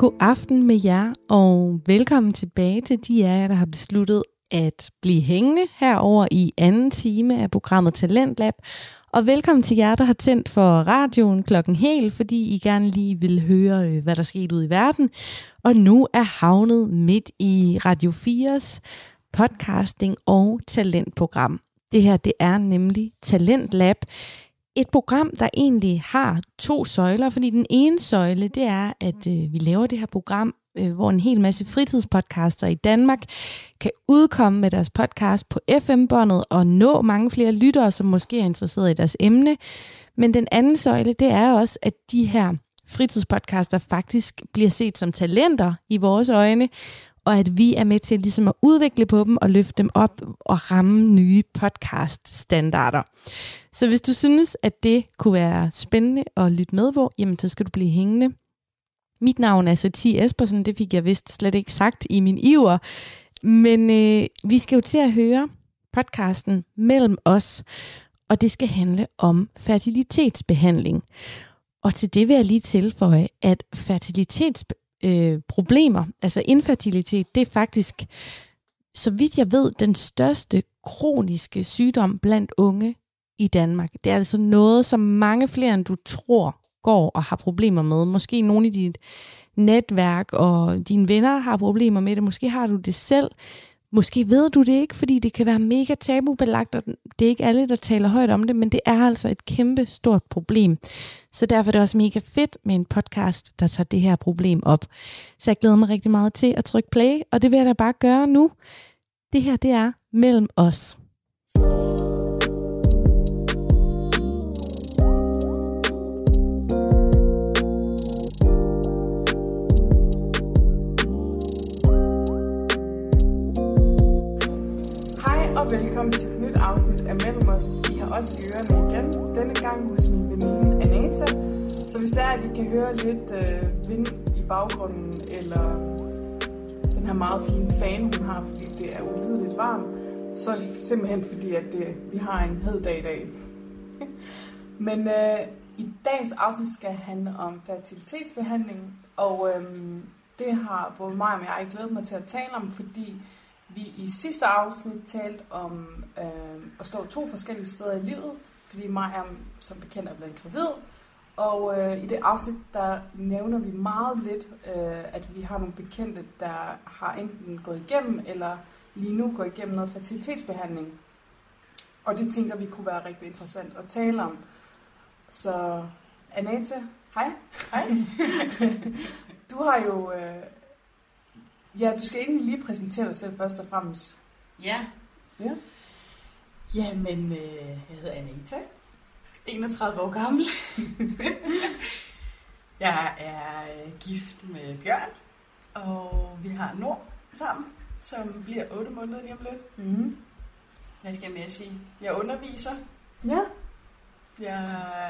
God aften med jer, og velkommen tilbage til de af jer, der har besluttet at blive hængende herover i anden time af programmet Talentlab. Og velkommen til jer, der har tændt for radioen klokken hel, fordi I gerne lige vil høre, hvad der skete ude i verden. Og nu er havnet midt i Radio 4's podcasting og talentprogram. Det her, det er nemlig Talentlab. Et program, der egentlig har to søjler, fordi den ene søjle, det er, at vi laver det her program, hvor en hel masse fritidspodcaster i Danmark kan udkomme med deres podcast på FM-båndet og nå mange flere lyttere, som måske er interesseret i deres emne. Men den anden søjle, det er også, at de her fritidspodcaster faktisk bliver set som talenter i vores øjne, og at vi er med til ligesom at udvikle på dem og løfte dem op og ramme nye podcast-standarder. Så hvis du synes, at det kunne være spændende at lytte med på, jamen så skal du blive hængende. Mit navn er Satie Espersen, det fik jeg vist slet ikke sagt i min iver. Men vi skal jo til at høre podcasten Mellem os, og det skal handle om fertilitetsbehandling. Og til det vil jeg lige tilføje, at fertilitetsproblemer, altså infertilitet, det er faktisk, så vidt jeg ved, den største kroniske sygdom blandt unge i Danmark. Det er altså noget, som mange flere end du tror går og har problemer med. Måske nogle i dit netværk og dine venner har problemer med det. Måske har du det selv. Måske ved du det ikke, fordi det kan være mega tabubelagt, og det er ikke alle, der taler højt om det, men det er altså et kæmpe stort problem. Så derfor er det også mega fedt med en podcast, der tager det her problem op. Så jeg glæder mig rigtig meget til at trykke play, og det vil jeg da bare gøre nu. Det her, det er Mellem os. Og velkommen til et nyt afsnit af Mellem os. I har også i ørerne igen, denne gang hos min veninde Aneta. Så hvis der er, at I kan høre lidt vind i baggrunden, eller den her meget fine fan, hun har, fordi det er ulideligt varmt, så er det simpelthen fordi, at vi har en hed dag i dag. Men i dagens afsnit skal handle om fertilitetsbehandling, og det har både mig og jeg glædet mig til at tale om, fordi vi i sidste afsnit talte om at stå to forskellige steder i livet, fordi mig er som bekendt er blevet gravid. Og i det afsnit, der nævner vi meget lidt, at vi har nogle bekendte, der har enten gået igennem, eller lige nu går igennem noget fertilitetsbehandling. Og det tænker vi kunne være rigtig interessant at tale om. Så Aneta, hej. Hej. Du har jo... Ja, du skal egentlig lige præsentere dig selv først og fremmest. Ja. Jamen, jeg hedder Aneta. 31 år gammel. Jeg er gift med Bjørn, og vi har Nord sammen, som bliver 8 måneder lige om lidt. Mm-hmm. Hvad skal jeg mere sige? Jeg underviser. Ja. Jeg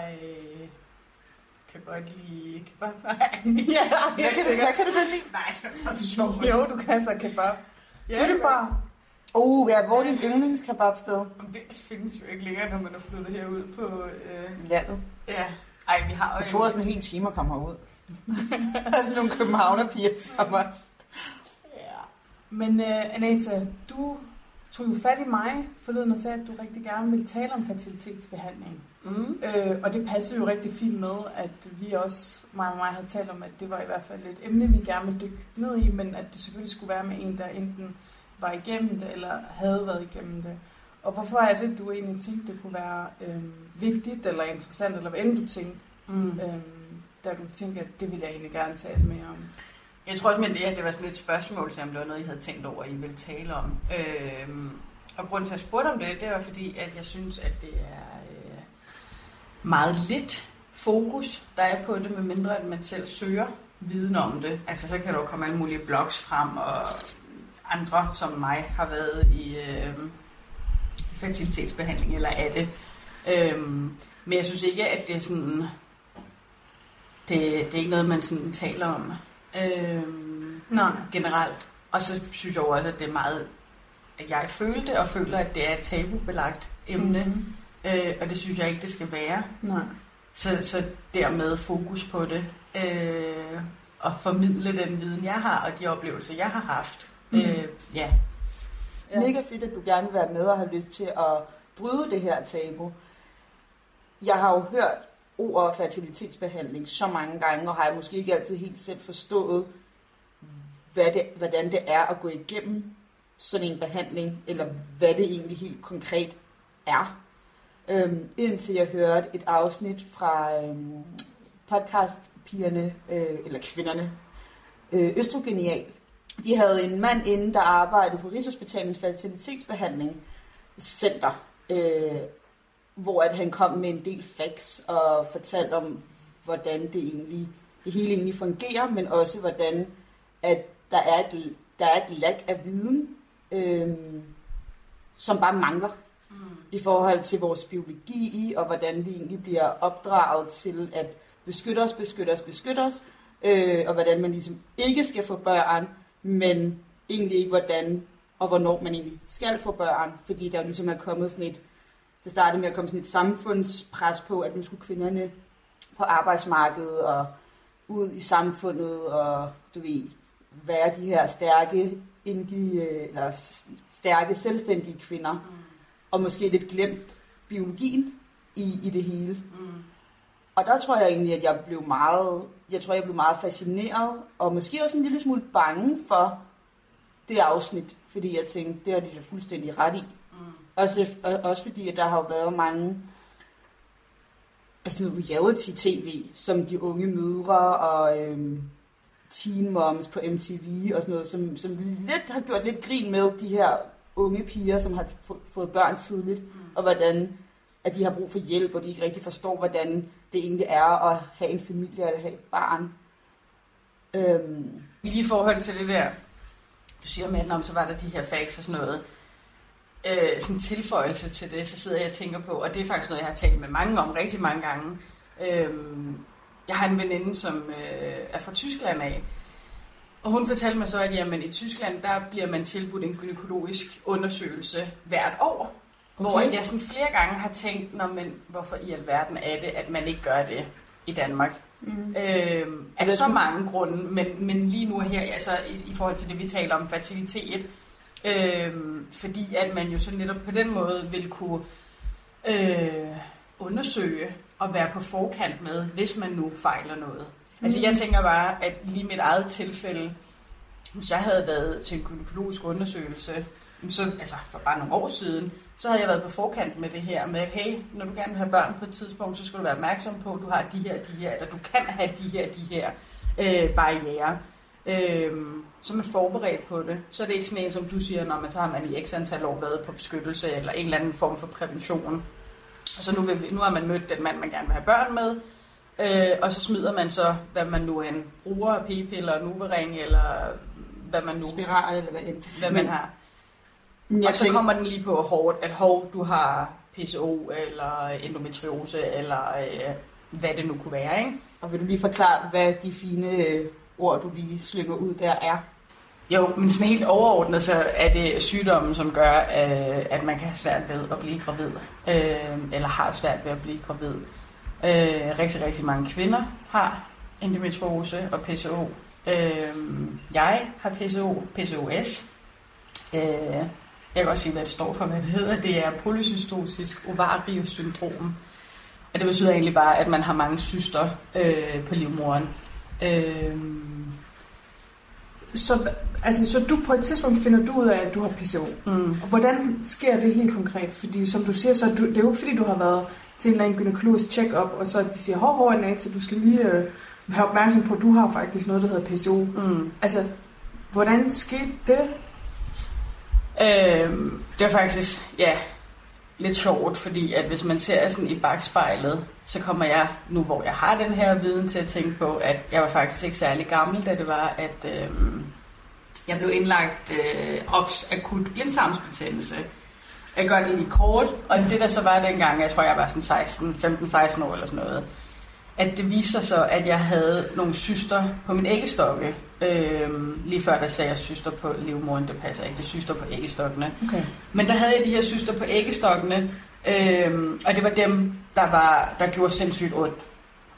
kan godt lide kebab. Ja, hvad kan du godt lide? Nej, det er bare for sjov. Jo, du kan så kebab. Ja, det er bare... Ja, hvor er din yndlingskebabsted? Det findes jo ikke længere, når man er flyttet herud på... landet. Ja. Ej, vi har jo... Det tog også en hel time at komme herud. Der er sådan nogle københavnerpiger som os. Ja. Men Aneta, du tog jo fat i mig forleden og sagde, at du rigtig gerne ville tale om fertilitetsbehandling. Mm. Og det passede jo rigtig fint med, at vi også, mig og mig, havde talt om, at det var i hvert fald et emne, vi gerne ville dykke ned i, men at det selvfølgelig skulle være med en, der enten var igennem det, eller havde været igennem det. Og hvorfor er det, du egentlig tænkte, det kunne være vigtigt, eller interessant, eller hvad end du tænkte, da du tænkte, at det ville jeg egentlig gerne tale mere om? Jeg tror også, at det var sådan et spørgsmål til, om det var noget, I havde tænkt over, I ville tale om. Og grunden til, at jeg spurgte om det var fordi, at jeg synes, at det er meget lidt fokus, der er på det, medmindre at man selv søger viden om det. Altså, så kan der jo komme alle mulige blogs frem, og andre som mig har været i fertilitetsbehandling, eller af det. Men jeg synes ikke, at det er sådan... Det er ikke noget, man sådan taler om generelt. Og så synes jeg også, at det er meget, at jeg følte og føler, at det er et tabubelagt emne. Mm-hmm. Og det synes jeg ikke, det skal være. Nej. Så dermed fokus på det. at formidle den viden, jeg har, og de oplevelser, jeg har haft. Ja. Mega fedt, at du gerne vil være med og har lyst til at bryde det her tabu. Jeg har jo hørt ordet fertilitetsbehandling så mange gange, og har jeg måske ikke altid helt selv forstået, hvordan det er at gå igennem sådan en behandling, eller hvad det egentlig helt konkret er. Indtil jeg hørte et afsnit fra podcastpigerne, eller kvinderne, Østrogenial. De havde en mand inde, der arbejdede på Rigshospitalets fertilitetsbehandling center, hvor at han kom med en del facts og fortalte om, hvordan det hele egentlig fungerer, men også hvordan at der er et lack af viden, som bare mangler i forhold til vores biologi, og hvordan vi egentlig bliver opdraget til at beskytte os, og hvordan man ligesom ikke skal få børn, men egentlig ikke hvordan og hvornår man egentlig skal få børn, fordi der jo ligesom er kommet sådan et, det startede med at komme sådan et samfundspres på, at nu skulle kvinderne på arbejdsmarkedet og ud i samfundet, og du ved, være de her stærke selvstændige kvinder, og måske lidt glemt biologien i det hele. Og der tror jeg egentlig, at jeg blev meget fascineret, og måske også en lille smule bange for det afsnit, fordi jeg tænkte, det har de da fuldstændig ret i. Også fordi, at der har jo været mange reality-tv, som de unge mødre og Teen Moms på MTV og sådan noget, som lidt har gjort lidt grin med de her unge piger, som har fået børn tidligt, og hvordan at de har brug for hjælp, og de ikke rigtig forstår, hvordan det egentlig er at have en familie eller have et barn. Lige i forhold til det der, du siger med, at så var der de her facts og sådan noget, sådan en tilføjelse til det, så sidder jeg og tænker på, og det er faktisk noget, jeg har talt med mange om rigtig mange gange. Jeg har en veninde, som er fra Tyskland af, og hun fortalte mig så, at jamen, i Tyskland, der bliver man tilbudt en gynækologisk undersøgelse hvert år. Okay. Hvor jeg sådan flere gange har tænkt, hvorfor i alverden er det, at man ikke gør det i Danmark? Af så mange grunde, men lige nu her, altså i forhold til det, vi taler om fertilitet, fordi at man jo så netop på den måde vil kunne undersøge og være på forkant med, hvis man nu fejler noget. Altså jeg tænker bare, at lige mit eget tilfælde, hvis jeg havde været til en gynækologisk undersøgelse, så, altså for bare nogle år siden, så havde jeg været på forkant med det her med, at hey, når du gerne vil have børn på et tidspunkt, så skal du være opmærksom på, at du har de her, eller du kan have de her barrierer. Så er man forberedt på det. Så er det ikke sådan en, som du siger, når man så har man i x antal år været på beskyttelse, eller en eller anden form for prævention. Og så nu har man mødt den mand, man gerne vil have børn med, og så smider man så, hvad man nu end bruger, p-piller, Nuvaring, eller hvad man nu... Spiral, eller hvad man har. Og så kommer den lige på hårdt, at du har PCO, eller endometriose, eller hvad det nu kunne være, ikke? Og vil du lige forklare, hvad de fine ord, du lige slynger ud der er? Jo, men sådan helt overordnet, så er det sygdommen, som gør, at man kan have svært ved at blive gravid, eller har svært ved at blive gravid. Rigtig, rigtig mange kvinder har endometriose og PCO. Jeg har PCOS. Jeg kan også sige, hvad det står for, hvad det hedder. Det er polycystisk ovarius-syndrom. Og det betyder egentlig bare, at man har mange cyster på livmoderen. Så du på et tidspunkt finder du ud af, at du har PCO. Og hvordan sker det helt konkret? Fordi som du siger, så det er jo ikke fordi, du har været til en eller anden gynækologisk check-up, og så de siger, Anita, du skal lige være opmærksom på, at du har faktisk noget, der hedder PCO. Altså, hvordan skete det? Det er faktisk, lidt sjovt, fordi at hvis man ser sådan i bagspejlet, så kommer jeg, nu hvor jeg har den her viden, til at tænke på, at jeg var faktisk ikke særlig gammel, da det var, at jeg blev indlagt akut blindtarmsbetændelse. Jeg gør det lige kort, og det der så var dengang, jeg tror jeg var sådan 15-16 år eller sådan noget, at det viser så, at jeg havde nogle cyster på min æggestokke. Lige før der sagde jeg cyster på livmoderen, det passer ikke, det er cyster på æggestokkene. Okay. Men der havde jeg de her cyster på æggestokkene, og det var dem, der gjorde sindssygt ondt.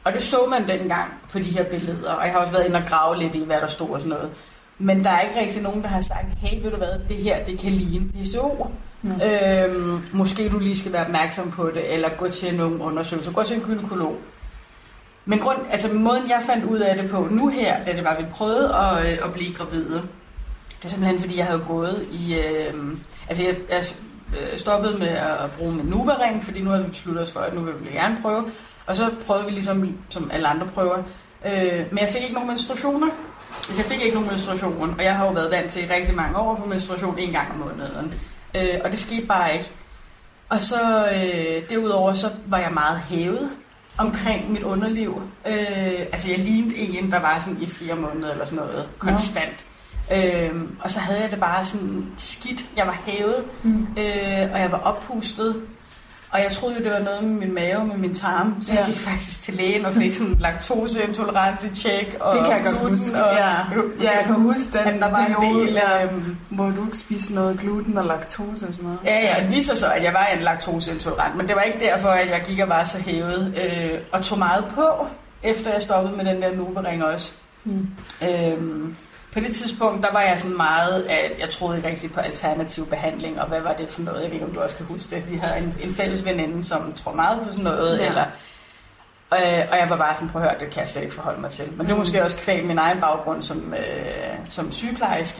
Og det så man dengang på de her billeder, og jeg har også været inde og grave lidt i, hvad der stod og sådan noget. Men der er ikke rigtig nogen, der har sagt, hey, ved du hvad, det her, det kan ligne PCO. Måske du lige skal være opmærksom på det, eller gå til nogle undersøgelser, gå til en gynekolog. Men måden jeg fandt ud af det på nu her, da det var, vi prøvede at blive gravide, det er simpelthen fordi, jeg havde gået i... jeg stoppede med at bruge min Nuva-ring, fordi nu havde vi besluttet os for, at nu vil vi gerne prøve. Og så prøvede vi ligesom, som alle andre prøver. Men jeg fik ikke nogen menstruationer. Altså, jeg fik ikke nogen menstruation, og jeg har jo været vant til rigtig mange år for menstruation 1 gang om måneden. Og det skete bare ikke. Og så derudover, så var jeg meget hævet omkring mit underliv. Jeg lignede en, der var sådan i 4 måneder eller sådan noget, konstant. Og så havde jeg det bare sådan skidt. Jeg var hævet, og jeg var oppustet. Og jeg troede jo, det var noget med min mave, med min tarm. Så jeg gik faktisk til lægen og fik sådan laktoseintolerance-tjek. Det kan jeg godt huske. Jeg kan huske den der periode, hvor du ikke spise noget gluten og laktose og sådan noget. Ja, det viser så, at jeg var en laktoseintolerant. Men det var ikke derfor, at jeg gik og var så hævet. Og tog meget på, efter jeg stoppede med den der Nuva-ring også. På det tidspunkt, der var jeg sådan meget, at jeg troede ikke rigtig på alternativ behandling, og hvad var det for noget? Jeg ved ikke, om du også kan huske det. Vi havde en fælles veninde, som tror meget på sådan noget, og jeg var bare sådan, prøv at høre, det kan jeg slet ikke forholde mig til. Men det var måske også kvæg min egen baggrund som sygeplejerske,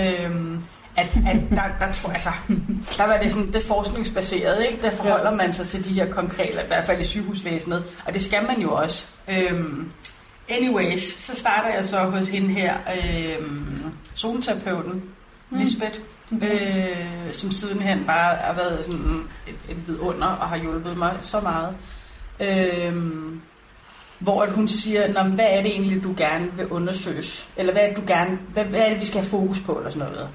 der var det sådan, det forskningsbaseret, ikke? Der forholder man sig til de her konkrete, i hvert fald i sygehusvæsenet, og det skal man jo også. Anyways, så starter jeg så hos hende her, zoneterapeuten, Lisbeth, som sidenhen bare har været sådan et vidunder og har hjulpet mig så meget. Hvor hun siger, hvad er det egentlig, du gerne vil undersøges? Eller hvad er det, vi skal have fokus på, eller sådan noget.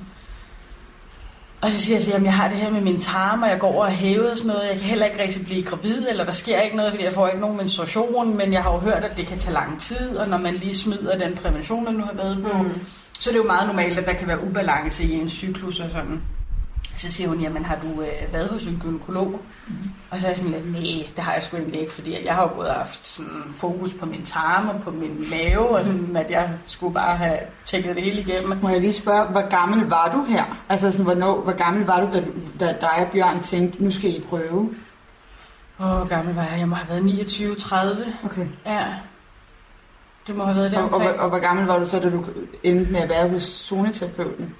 Og så siger jeg, at jeg har det her med min tarme, og jeg går over og hævet og sådan noget. Jeg kan heller ikke rigtig blive gravid, eller der sker ikke noget, fordi jeg får ikke nogen menstruation, men jeg har jo hørt, at det kan tage lang tid, og når man lige smider den prævention, man nu har været på, så er det jo meget normalt, at der kan være ubalance i en cyklus og sådan. Så siger hun, jamen har du været hos en gynekolog? Og så er jeg sådan lidt, nej, det har jeg sgu egentlig ikke, fordi jeg har jo både haft sådan fokus på min tarme og på min mave, og sådan, at jeg skulle bare have tjekket det hele igennem. Må jeg lige spørge, hvor gammel var du her? Altså sådan, hvor gammel var du, da dig og Bjørn tænkte, nu skal I prøve? Hvor gammel var jeg? Jeg må have været 29-30. Okay. Ja. Det må have været det og hvor gammel var du så, da du endte med at være hos zoneterapeuten?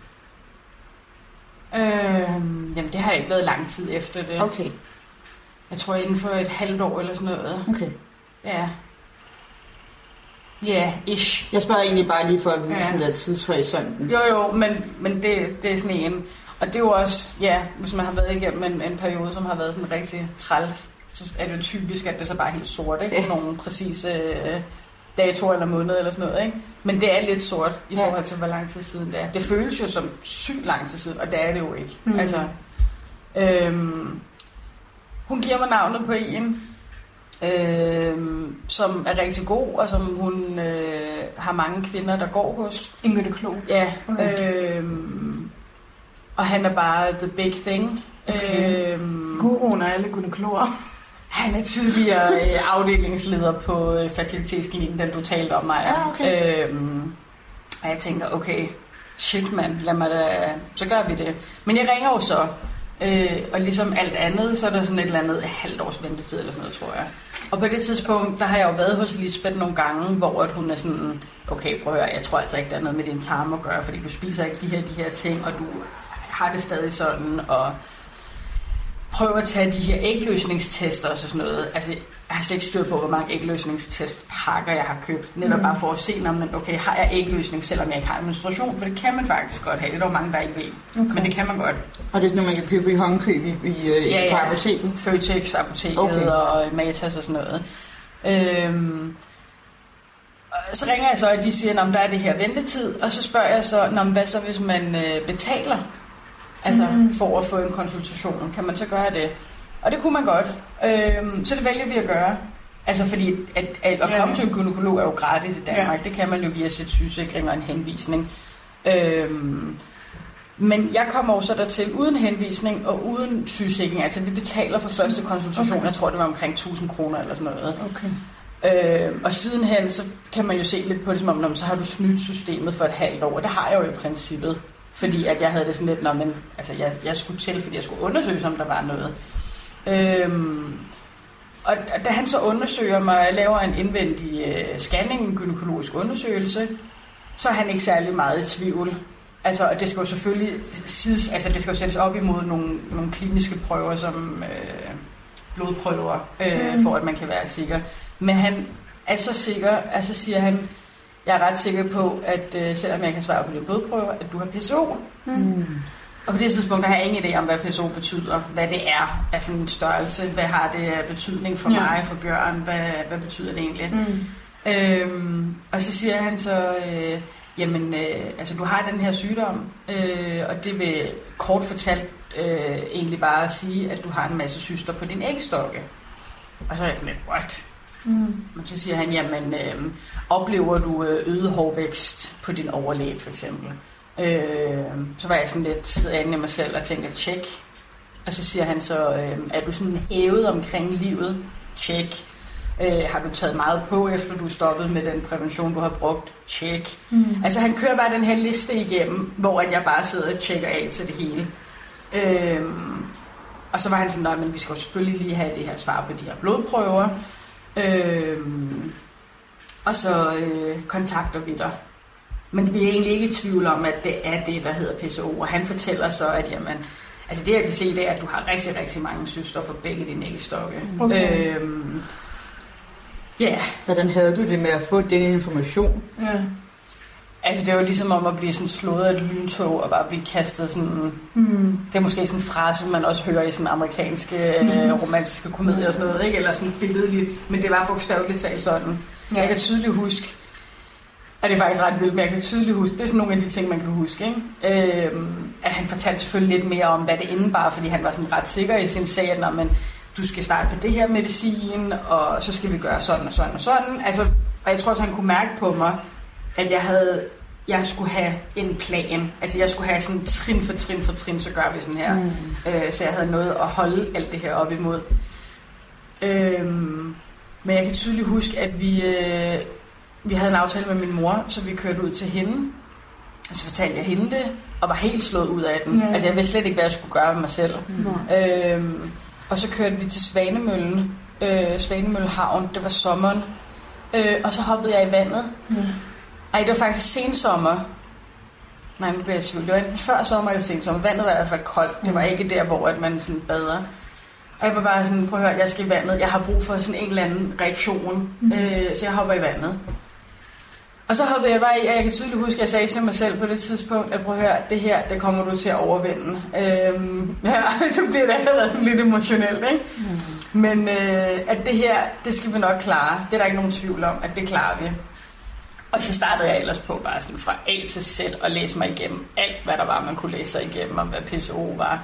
Jamen det har ikke været lang tid efter det. Okay. Jeg tror inden for et halvt år eller sådan noget. Okay. Ja. Ja, ish. Jeg spørger egentlig bare lige for at vide sådan der tidshorisonten. Jo, men det er sådan en. Og det er jo også, hvis man har været igennem en periode, som har været sådan rigtig træls, så er det jo typisk, at det så bare er helt sort, ikke? Nogle præcise datoer eller måneder eller sådan noget, ikke? Men det er lidt sort i forhold til, hvor lang tid siden det er. Det føles jo som sygt lang tid siden, og det er det jo ikke. Altså, hun giver mig navnet på en, som er rigtig god, og som hun har mange kvinder, der går hos. En gynekolog? Ja. Okay. Og han er bare the big thing. Okay. Guruen af alle gynekologer. Han er tidligere afdelingsleder på fertilitetsklinikken, den du talte om mig. Ja, okay. Og jeg tænker, okay, shit mand, lad mig da, så gør vi det. Men jeg ringer jo så, og ligesom alt andet, så er der sådan et eller andet halvt års ventetid eller sådan noget, tror jeg. Og på det tidspunkt, der har jeg jo været hos Lisbeth nogle gange, hvor at hun er sådan, okay, prøv at høre, jeg tror altså ikke, der er noget med din tarm at gøre, fordi du spiser ikke de her ting, og du har det stadig sådan, og prøver at tage de her ægløsningstester og sådan noget. Altså, jeg har slet ikke styr på, hvor mange ægløsningstestpakker jeg har købt. Netop bare for at se, okay, har jeg ægløsning, selvom jeg ikke har en menstruation? For det kan man faktisk godt have. Det er der mange, der ikke ved. Okay. Men det kan man godt. Og det er sådan noget, man kan købe i håndkøb på apoteket? Føtex, apoteket og Matas og sådan noget. Så ringer jeg så, og de siger, at der er det her ventetid. Og så spørger jeg så, hvad så hvis man betaler? Altså for at få en konsultation, kan man så gøre det? Og det kunne man godt. Så det vælger vi at gøre. Altså fordi at komme til en gynekolog er jo gratis i Danmark. Det kan man jo via sit sygesikring og en henvisning. Men jeg kommer jo så dertil uden henvisning og uden sygesikring. Altså vi betaler for første konsultation. Okay. Jeg tror det var omkring 1.000 kroner eller sådan noget. Okay. Og sidenhen, så kan man jo se lidt på det, som om, så har du snydt systemet for et halvt år. Det har jeg jo i princippet. Fordi at jeg havde det sådan lidt, jeg skulle til, fordi jeg skulle undersøge, om der var noget. Og da han så undersøger mig, laver en indvendig scanning, en gynækologisk undersøgelse, så er han ikke særlig meget i tvivl. Altså, og det skal jo selvfølgelig det skal jo sættes op imod nogle kliniske prøver, som blodprøver, for at man kan være sikker. Men han er så sikker, altså siger han, jeg er ret sikker på, at selvom jeg kan svare på de blodprøver, at du har PCO. Og på det tidspunkt har jeg ingen idé om, hvad PCO betyder, hvad det er, hvad for en størrelse, hvad har det af betydning for mig, for Bjørn, hvad betyder det egentlig. Og så siger han så, du har den her sygdom, og det vil kort fortalt egentlig bare sige, at du har en masse cyster på din æggestokke. Og så er jeg sådan lidt, what? Og så siger han, oplever du øget hårvækst på din overlæg for eksempel? Så var jeg sådan lidt sidder i mig selv og tænker, check. Og så siger han så, er du sådan hævet omkring livet? Check. Har du taget meget på, efter du stoppet med den prævention, du har brugt? Check. Altså han kører bare den her liste igennem, hvor at jeg bare sidder og tjekker af til det hele. Og så var han sådan, men vi skal jo selvfølgelig lige have det her svar på de her blodprøver. Og så kontakter vi dig. Men vi er egentlig ikke i tvivl om, at det er det, der hedder PCO. Og han fortæller så, at det jeg kan se, det er, at du har rigtig, rigtig mange cyster på begge dine æggestokke. Okay. Hvordan havde du det med at få den information? Ja. Altså det er jo ligesom om at blive sådan slået af et lyntog og bare blive kastet sådan... Det er måske sådan en frase, man også hører i sådan amerikanske romantiske komedier og sådan noget, ikke? Eller sådan billedligt, men det var bogstaveligt talt sådan. Ja. Jeg kan tydeligt huske, og det er faktisk ret vildt, men jeg kan tydeligt huske, det er sådan nogle af de ting, man kan huske, ikke? At han fortalte selvfølgelig lidt mere om, hvad det indebar, fordi han var sådan ret sikker i sin sag, at du skal starte på det her medicin, og så skal vi gøre sådan og sådan og sådan. Altså, og jeg tror også, han kunne mærke på mig, at jeg skulle have en plan. Altså jeg skulle have sådan trin for trin, så gør vi sådan her. Så jeg havde noget at holde alt det her op imod. Men jeg kan tydeligt huske, at vi havde en aftale med min mor, så vi kørte ud til hende. Og så fortalte jeg hende det, og var helt slået ud af den. Altså jeg vidste slet ikke, hvad jeg skulle gøre med mig selv. Og så kørte vi til Svanemøllen, Svanemøllehavn. Det var sommeren. Og så hoppede jeg i vandet. Ej, det var faktisk sensommer. Nej, nu bliver jeg tvivl. Det var enten før sommer eller sensommer. Vandet var i hvert fald koldt. Det var ikke der, hvor at man sådan bader. Og jeg var bare sådan, prøv at høre, jeg skal i vandet. Jeg har brug for sådan en eller anden reaktion. Så jeg hopper i vandet. Og så hoppede jeg bare i, og jeg kan tydeligt huske, at jeg sagde til mig selv på det tidspunkt, at prøv at høre, det her, det kommer du til at overvinde. Så bliver det allerede sådan lidt emotionelt, ikke? Men at det her, det skal vi nok klare. Det er der ikke nogen tvivl om, at det klarer vi. Og så startede jeg ellers på bare sådan fra A til Z og læse mig igennem alt, hvad der var, man kunne læse sig igennem om, hvad PCO var.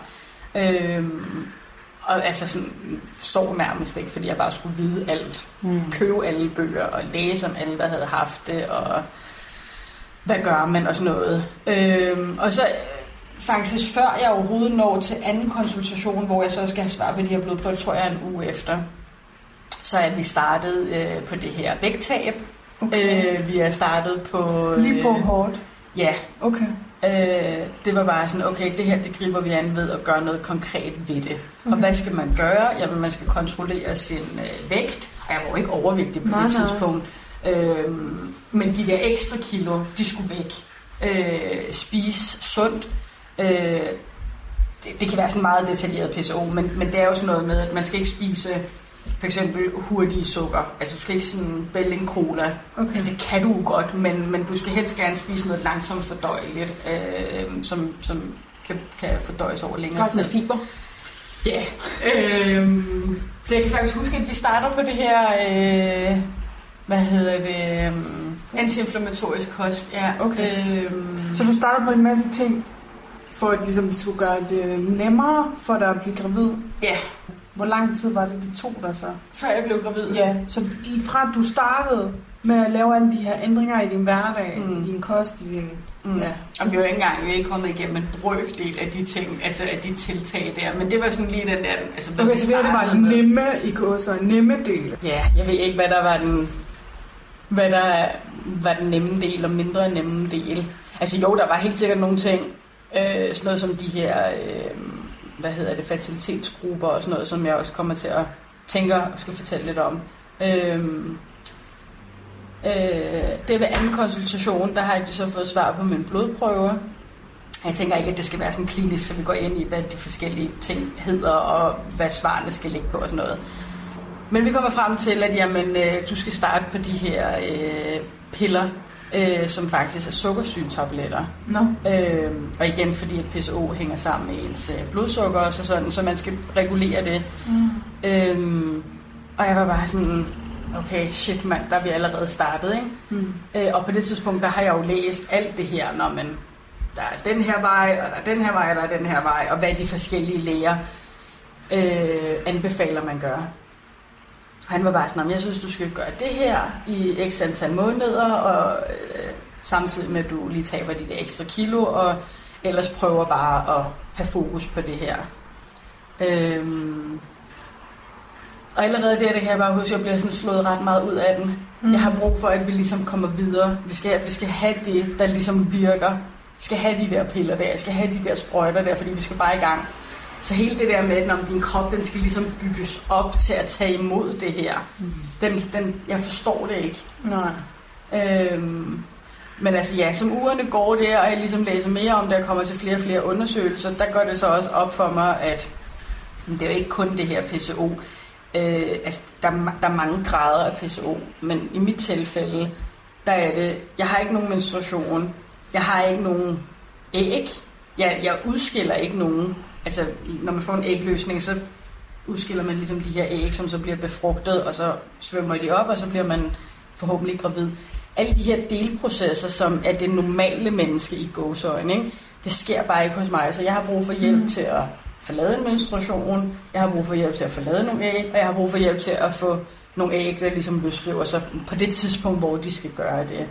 Og altså sådan sov nærmest ikke, fordi jeg bare skulle vide alt. Købe alle bøger og læse om alle, der havde haft det, og hvad gør man og sådan noget. Og så faktisk før jeg overhovedet når til anden konsultation, hvor jeg så skal have svar på de her blodprøver, tror jeg en uge efter, så er vi startet på det her vægttab. Okay. Vi er startet på... Lige på hårdt? Ja. Okay. Det var bare sådan, okay, det her, det griber vi an ved at gøre noget konkret ved det. Okay. Og hvad skal man gøre? Jamen, man skal kontrollere sin vægt. Jeg var jo ikke overvægtig på det tidspunkt. Men de der ekstra kilo, de skulle væk. Spise sundt. Det kan være sådan meget detaljeret PCO, men det er jo sådan noget med, at man skal ikke spise for eksempel hurtige sukker. Altså du skal ikke sådan vælge en cola. Okay. Altså det kan du jo godt, men du skal helst gerne spise noget langsomt fordøjeligt, som kan fordøjes over længere tid. Godt med fiber. Ja. Så jeg kan faktisk huske, at vi starter på det her, antiinflammatorisk kost. Ja. Okay. Så du starter på en masse ting, for at ligesom skulle gøre det nemmere for dig at blive gravid? Ja. Hvor lang tid var det, de tog dig så? Før jeg blev gravid? Ja, så fra du startede med at lave alle de her ændringer i din hverdag, i din kost, i din... Ja. Og vi er jo ikke kommet igennem en brøkdel af de ting, altså af de tiltag der, men det var sådan lige den der... Altså, okay, så det var den nemme i kurser, en nemme del. Ja, jeg ved ikke, hvad der var den nemme del og mindre nemme del. Altså jo, der var helt sikkert nogle ting, sådan noget som de her, facilitetsgrupper og sådan noget, som jeg også kommer til at tænke og skal fortælle lidt om. Det ved anden konsultation, der har jeg så fået svar på mine blodprøver. Jeg tænker ikke, at det skal være sådan klinisk, så vi går ind i, hvad de forskellige ting hedder, og hvad svarene skal ligge på og sådan noget. Men vi kommer frem til, at jamen, du skal starte på de her piller, som faktisk er sukkersygetabletter. No. Og igen, fordi at PCO hænger sammen med ens blodsukker og sådan, så man skal regulere det. Og jeg var bare sådan... Okay, shit mand, der er vi allerede startet, ikke? Og på det tidspunkt, der har jeg jo læst alt det her, når man, der er den her vej, og der er den her vej, og der er den her vej, og hvad de forskellige læger anbefaler, man gør. Og han var bare sådan, jeg synes, du skal gøre det her i x antal måneder, og samtidig med, at du lige taber de der ekstra kilo, og ellers prøver bare at have fokus på det her. Og allerede der, det kan jeg bare huske, at jeg bliver sådan slået ret meget ud af den. Jeg har brug for, at vi ligesom kommer videre. Vi skal have det, der ligesom virker. Vi skal have de der piller der, vi skal have de der sprøjter der, fordi vi skal bare i gang. Så hele det der med, at din krop, den skal ligesom bygges op til at tage imod det her. Jeg forstår det ikke. Nej. Men altså ja, som ugerne går der, og jeg ligesom læser mere om det, og kommer til flere og flere undersøgelser, der går det så også op for mig, at det er jo ikke kun det her PCO. Altså, der er mange grader af PCO, men i mit tilfælde, der er det, jeg har ikke nogen menstruation, jeg har ikke nogen æg, jeg udskiller ikke nogen, altså når man får en ægløsning, så udskiller man ligesom de her æg, som så bliver befrugtet, og så svømmer de op, og så bliver man forhåbentlig gravid. Alle de her delprocesser, som er det normale menneske i gåseøjne, ikke? Det sker bare ikke hos mig, så jeg har brug for hjælp til at forlade en menstruation, jeg har brug for hjælp til at forlade nogle æg, og jeg har brug for hjælp til at få nogle æg, der ligesom løsriver sig på det tidspunkt, hvor de skal gøre det.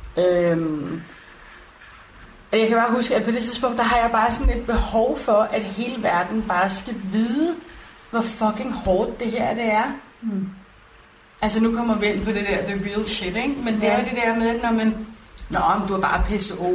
Og jeg kan bare huske, at på det tidspunkt, der har jeg bare sådan et behov for, at hele verden bare skal vide, hvor fucking hårdt det her det er. Altså nu kommer vi ind på det der, the real shit, ikke? Men det er jo det der med, når man, du er bare PCO.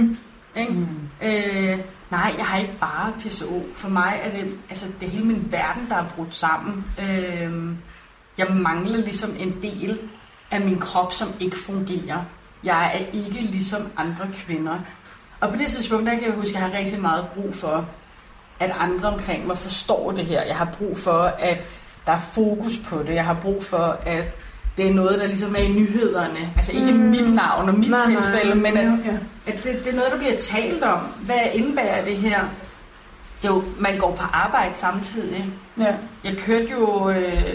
Ikke? Nej, jeg har ikke bare PCO. For mig er det, altså det er hele min verden, der er brudt sammen. Jeg mangler ligesom en del af min krop, som ikke fungerer. Jeg er ikke ligesom andre kvinder. Og på det tidspunkt, der kan jeg huske, at jeg har rigtig meget brug for, at andre omkring mig forstår det her. Jeg har brug for, at der er fokus på det. Jeg har brug for, at det er noget, der ligesom er i nyhederne. Altså ikke mit navn og mit tilfælde, men at det er noget, der bliver talt om. Hvad indebærer det her? Det er jo, man går på arbejde samtidig. Ja. Jeg kørte jo,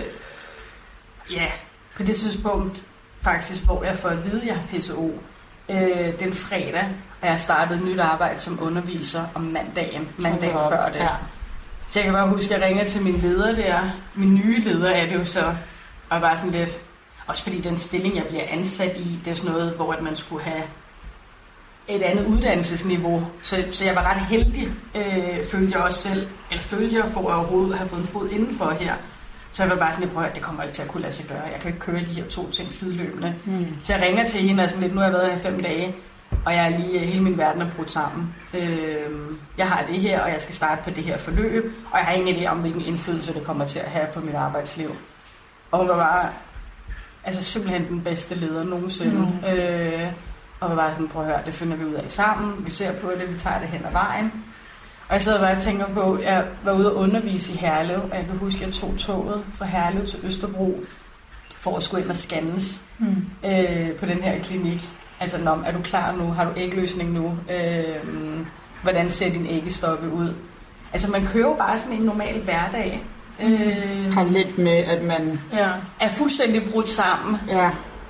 på det tidspunkt faktisk, hvor jeg får at vide, at jeg har PCO, den fredag, og jeg startede et nyt arbejde som underviser om mandagen før det. Ja. Så jeg kan bare huske, at jeg ringer til min leder der. Min nye leder er det jo så, og bare sådan lidt, også fordi den stilling, jeg bliver ansat i, det er sådan noget, hvor man skulle have et andet uddannelsesniveau. Så jeg var ret heldig, følte jeg også selv, for at overhovedet have fået en fod indenfor her. Så jeg var bare sådan lidt, det kommer ikke til at kunne lade sig gøre. Jeg kan ikke køre de her 2 ting sideløbende. Så jeg ringer til hende og sådan lidt, nu har jeg været her 5 dage, og jeg er lige, hele min verden er brudt sammen. Jeg har det her, og jeg skal starte på det her forløb, og jeg har ingen idé om, hvilken indflydelse det kommer til at have på mit arbejdsliv. Og hun var bare, altså simpelthen den bedste leder nogensinde. Og var bare sådan, prøv at høre, det finder vi ud af sammen, vi ser på det, vi tager det hen ad vejen. Og jeg sidder bare og tænker på, jeg var ude at undervise i Herlev, og jeg kan huske, at jeg tog toget fra Herlev til Østerbro, for at skulle ind og scannes på den her klinik. Altså, er du klar nu? Har du ægløsning nu? Hvordan ser din æggestokke ud? Altså, man kører jo bare sådan en normal hverdag. Parallelt med, at man er fuldstændig brudt sammen. Ja.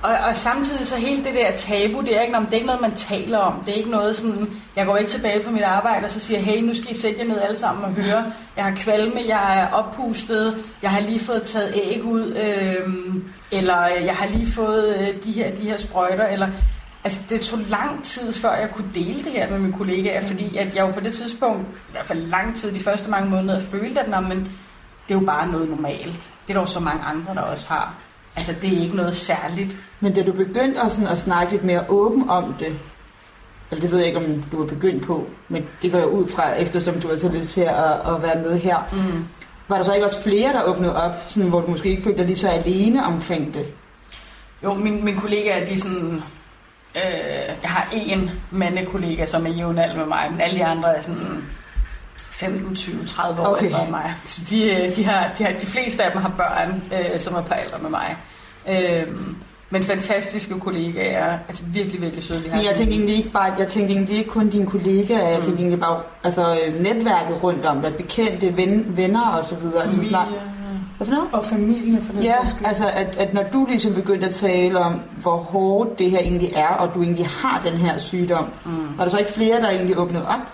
Og samtidig så hele det der tabu, det er ikke noget, man taler om. Det er ikke noget sådan, jeg går ikke tilbage på mit arbejde og så siger, hey, nu skal I sætte jer ned alle sammen og høre. Jeg har kvalme, jeg er oppustet, jeg har lige fået taget æg ud, eller jeg har lige fået de her sprøjter. Eller, altså, det tog lang tid, før jeg kunne dele det her med mine kollegaer, fordi at jeg jo på det tidspunkt, i hvert fald lang tid, de første mange måneder, følte, at men det er jo bare noget normalt. Det er der jo så mange andre, der også har. Altså, det er ikke noget særligt. Men da du begyndte at snakke lidt mere åben om det, eller det ved jeg ikke, om du var begyndt på, men det går jeg ud fra, eftersom du har så lyst til at være med her. Var der så ikke også flere, der åbnede op, sådan, hvor du måske ikke følte dig lige så alene omkring det? Jo, mine kollegaer, de er sådan... jeg har en mandekollega, som er jævnaldrende med mig, men alle de andre er sådan 15, 20, 30 år ældre end mig. Så de fleste af dem har børn, som er på alder med mig. Men fantastiske kollegaer, altså virkelig, virkelig søde. Men jeg tænkte egentlig ikke kun dine kollegaer, jeg tænkte egentlig bare netværket rundt om dig, bekendte, venner og så videre. Altså snart. Og familie for det sags altså at når du ligesom begyndte at tale om, hvor hårdt det her egentlig er, og du egentlig har den her sygdom, var der så ikke flere, der egentlig åbnede op?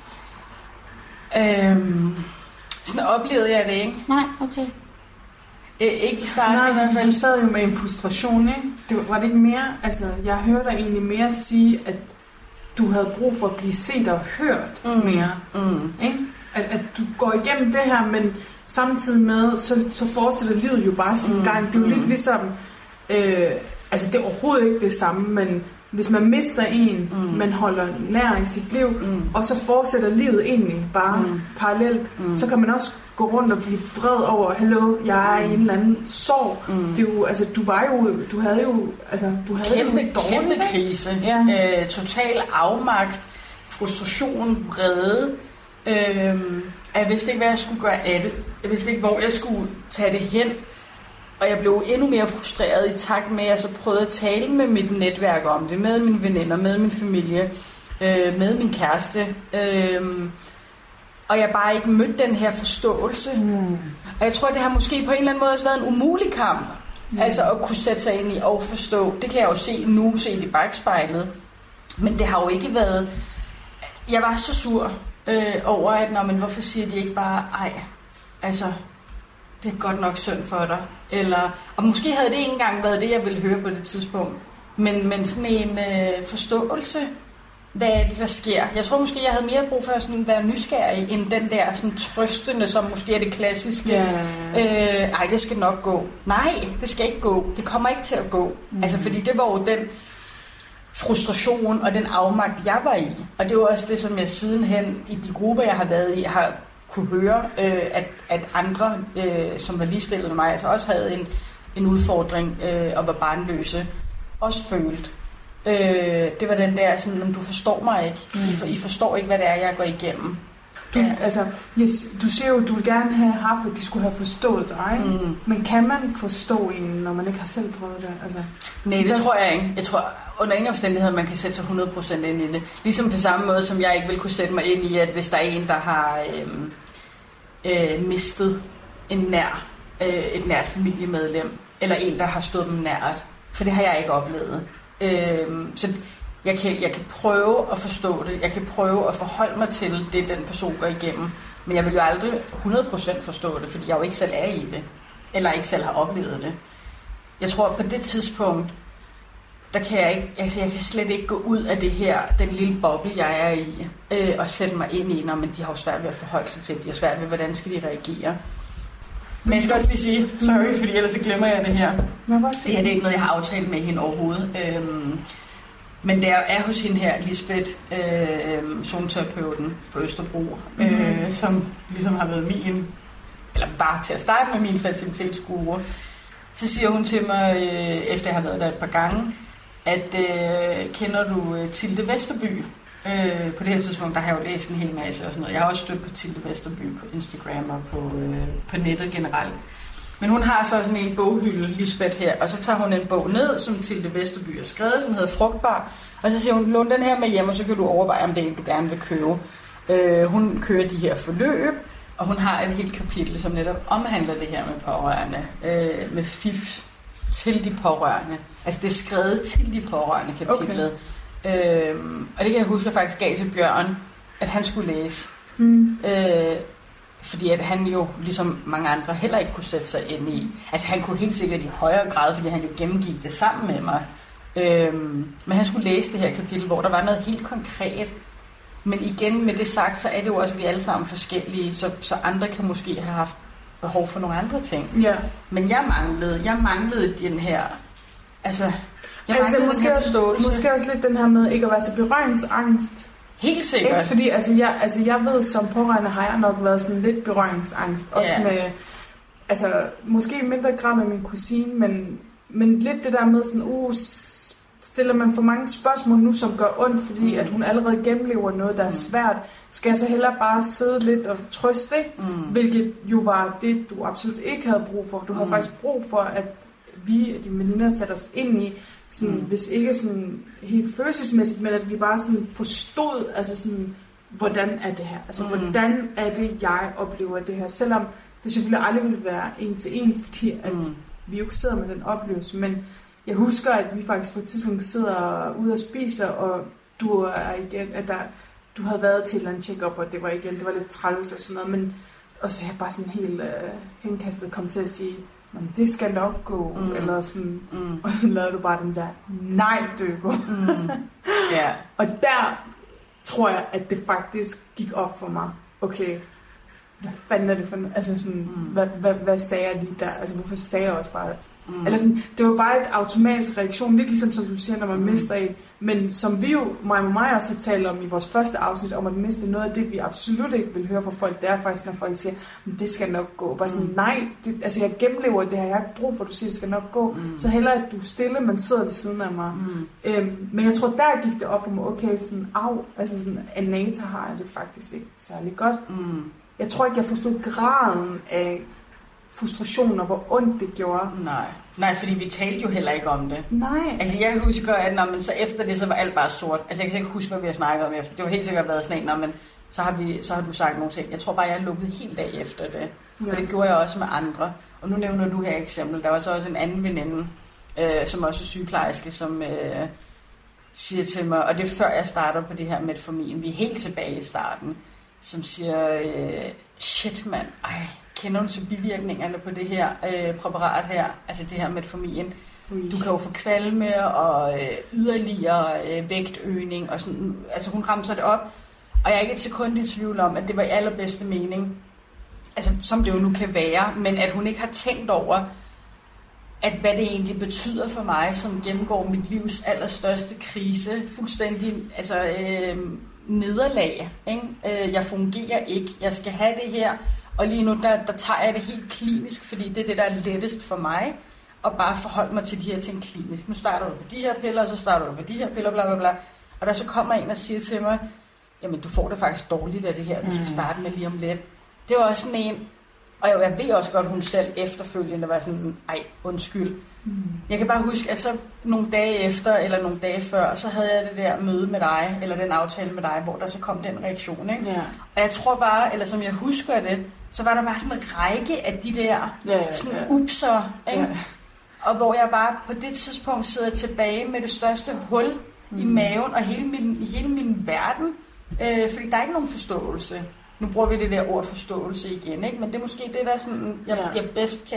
Sådan oplevede jeg det, ikke? Nej, okay. Ikke i starten i hvert fald. Du sad jo med en frustration, ikke? Var det ikke mere, altså jeg hørte dig egentlig mere sige, at du havde brug for at blive set og hørt mere, ikke? At du går igennem det her, men samtidig med, så fortsætter livet jo bare sin gang. Det er jo lidt ligesom, altså det er overhovedet ikke det samme, men hvis man mister en, man holder nær i sit liv, og så fortsætter livet egentlig bare parallelt, så kan man også gå rundt og blive vred over, hallo, jeg er i en eller anden sorg. Det er jo, altså, du havde kæmpe krise, total afmagt, frustration, vrede. Jeg vidste ikke, hvad jeg skulle gøre af det. Jeg vidste ikke, hvor jeg skulle tage det hen. Og jeg blev endnu mere frustreret i takt med, at jeg så prøvede at tale med mit netværk om det, med mine veninder, med min familie, med min kæreste. Og jeg bare ikke mødte den her forståelse. Og jeg tror, det har måske på en eller anden måde også været en umulig kamp. Altså at kunne sætte sig ind i og forstå. Det kan jeg jo se nu, se i bagspejlet. Men det har jo ikke været... Jeg var så sur over, at men hvorfor siger de ikke bare, ej, altså, det er godt nok synd for dig. Eller, og måske havde det ikke engang været det, jeg ville høre på det tidspunkt. Men sådan en forståelse, hvad er det, der sker. Jeg tror måske, jeg havde mere brug for at være nysgerrig, end den der sådan, trøstende, som måske er det klassiske. Ej, det skal nok gå. Nej, det skal ikke gå. Det kommer ikke til at gå. Altså, fordi det var jo den frustration og den afmagt, jeg var i. Og det var også det, som jeg sidenhen i de grupper, jeg har været i, har kunne høre, at andre, som var ligestillet med mig, altså også havde en udfordring og var barnløse, også følte. Det var den der, sådan, du forstår mig ikke. I forstår ikke, hvad det er, jeg går igennem. Du siger jo, du vil gerne have haft, at de skulle have forstået dig. Men kan man forstå en, når man ikke har selv prøvet det? Altså, nej, det tror jeg ikke. Jeg tror under ingen omstændighed, man kan sætte sig 100% ind i det. Ligesom på samme måde, som jeg ikke vil kunne sætte mig ind i, at hvis der er en, der har mistet et nært familiemedlem, eller en, der har stået dem nært. For det har jeg ikke oplevet. Så jeg kan prøve at forstå det. Jeg kan prøve at forholde mig til det, den person går igennem. Men jeg vil jo aldrig 100% forstå det, fordi jeg jo ikke selv er i det. Eller ikke selv har oplevet det. Jeg tror, på det tidspunkt, der kan jeg ikke, altså jeg kan slet ikke gå ud af det her, den lille boble, jeg er i, og sætte mig ind i, men de har jo svært ved at forholde sig til det. De har svært ved, hvordan skal de reagere. Men jeg skal også lige sige, sorry, fordi ellers så glemmer jeg det her. Det her det er ikke noget, jeg har aftalt med hende overhovedet. Men det er hos hende her, Lisbeth, zoneterapeuten på Østerbro, som ligesom har været min, eller bare til at starte med min fertilitetsguru. Så siger hun til mig, efter jeg har været der et par gange, at kender du Tilde Vesterby? På det her tidspunkt, der har jeg jo læst en hel masse og sådan noget. Jeg har også stødt på Tilde Vesterby på Instagram og på nettet generelt. Men hun har så sådan en boghylde, Lisbeth her, og så tager hun en bog ned, som Tilde Vesterby har skrevet, som hedder Frugtbar. Og så siger hun, lån den her med hjem, og så kan du overveje, om det er en, du gerne vil købe. Hun kører de her forløb, og hun har et helt kapitel, som netop omhandler det her med pårørende, med FIF, til de pårørende. Altså det er skrevet til de pårørende, kapitlet. Okay. Og det kan jeg huske, at jeg faktisk gav til Bjørn, at han skulle læse. Fordi at han jo, ligesom mange andre, heller ikke kunne sætte sig ind i. Altså han kunne helt sikkert i højere grad, fordi han jo gennemgik det sammen med mig. Men han skulle læse det her kapitel, hvor der var noget helt konkret. Men igen med det sagt, så er det jo også, at vi er alle sammen forskellige, så andre kan måske have haft behov for nogle andre ting. Ja. Men jeg manglede den her, altså måske også lidt den her med ikke at være så berøringsangst. Helt sikkert. Ikke? Fordi jeg ved, som pårørende har jeg nok været sådan lidt berøringsangst. Også med, måske i mindre grad med min kusine, men lidt det der med sådan, stiller man for mange spørgsmål nu, som gør ondt, fordi at hun allerede gennemlever noget, der er svært. Skal jeg så hellere bare sidde lidt og trøste, hvilket jo var det, du absolut ikke havde brug for. Du havde faktisk brug for, at vi, de veninder, satte os ind i, sådan, hvis ikke sådan helt følelsesmæssigt, men at vi bare sådan forstod, altså sådan, hvordan er det her? Altså, hvordan er det, jeg oplever det her? Selvom det selvfølgelig aldrig ville være en til en, fordi at vi jo ikke sidder med den oplevelse, men jeg husker, at vi faktisk på et tidspunkt sidder ude og spiser, og du er igen, du havde været til et eller andet check-up, og det var lidt træls og sådan noget, men og så er jeg bare sådan helt henkastet kom til at sige, det skal nok gå, eller sådan, og så lavede du bare den der, nej, Døgo. Yeah. Og der tror jeg, at det faktisk gik op for mig, okay, hvad fanden er det for, altså sådan, hvad sagde jeg lige der, altså hvorfor sagde jeg også bare, eller sådan, det var bare et automatisk reaktion, lidt ligesom som du siger, når man mister en, men som vi jo, mig og mig også har talt om i vores første afsnit, om at miste noget af det, vi absolut ikke vil høre fra folk, det er faktisk, når folk siger, det skal nok gå, bare sådan, nej, altså jeg gennemlever det her, jeg har ikke brug for, at du siger, det skal nok gå, så hellere at du er stille, man sidder ved siden af mig, men jeg tror, der gik det op for mig, okay, sådan, altså sådan, Anata har jeg det faktisk ikke særlig godt, jeg tror ikke, jeg forstod graden af frustration og hvor ondt det gjorde. Nej, fordi vi talte jo heller ikke om det. Nej. Altså jeg husker, at når man så efter det, så var alt bare sort. Altså jeg kan ikke huske, hvad vi har snakket om efter. Det var helt sikkert været sådan en, når man, så har du sagt nogle ting. Jeg tror bare, jeg lukkede helt af efter det. Ja. Og det gjorde jeg også med andre. Og nu nævner du her eksempel. Der var så også en anden veninde, som også er sygeplejerske, som siger til mig, og det er før jeg starter på det her metformin. Vi er helt tilbage i starten, som siger, shit mand, kender du så bivirkningerne på det her præparat her, altså det her metformin. Du kan jo få kvalme og yderligere vægtøgning og sådan, altså hun ramser det op, og jeg er ikke et sekund i tvivl om, at det var i allerbedste mening, altså som det jo nu kan være, men at hun ikke har tænkt over, at hvad det egentlig betyder for mig, som gennemgår mit livs allerstørste krise, fuldstændig, altså nederlag, ikke? Jeg fungerer ikke, jeg skal have det her, og lige nu, der tager jeg det helt klinisk, fordi det er det, der er lettest for mig, og bare forholde mig til de her ting klinisk. Nu starter du på de her piller, og så starter du på de her piller, bla bla bla. Og der så kommer en og siger til mig, jamen du får det faktisk dårligt af det her, du skal starte med lige om lidt. Det var også sådan en, og jeg ved også godt, hun selv efterfølgende var sådan, undskyld. Jeg kan bare huske, at så nogle dage efter, eller nogle dage før, så havde jeg det der møde med dig, eller den aftale med dig, hvor der så kom den reaktion, ikke? Ja. Og jeg tror bare, eller som jeg husker det, så var der bare sådan en række af de der sådan upser, ikke? Ja. Og hvor jeg bare på det tidspunkt sidder tilbage med det største hul i maven, og hele min verden, fordi der er ikke nogen forståelse. Nu bruger vi det der ord forståelse igen, ikke? Men det er måske det, der sådan, jeg bedst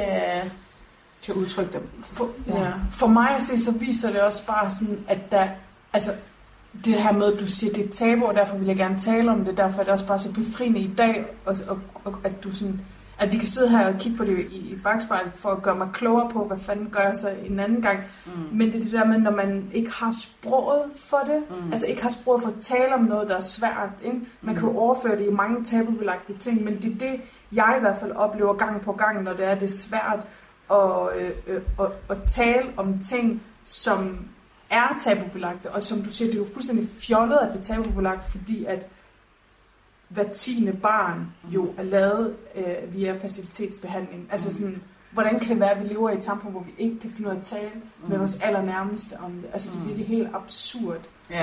kan udtrykke dem. For mig at se, så viser det også bare sådan, at der, altså det her med, at du siger, det er et tabu, og derfor vil jeg gerne tale om det, derfor er det også bare så befriende i dag, og at du sådan, at vi kan sidde her og kigge på det i bagspejlet, for at gøre mig klogere på, hvad fanden gør jeg så en anden gang. Men det er det der med, når man ikke har sproget for det, altså ikke har sproget for at tale om noget, der er svært, ikke? Man kan jo overføre det i mange tabubelagte ting, men det er det, jeg i hvert fald oplever gang på gang, når det er svært, og tale om ting, som er tabubelagte, og som du siger, det er jo fuldstændig fjollet, at det er tabubelagt, fordi at hver 10. barn jo er lavet via facilitetsbehandling. Altså sådan, hvordan kan det være, at vi lever i et samfund, hvor vi ikke kan finde ud af at tale med vores allernærmeste om det? Altså det er virkelig helt absurd.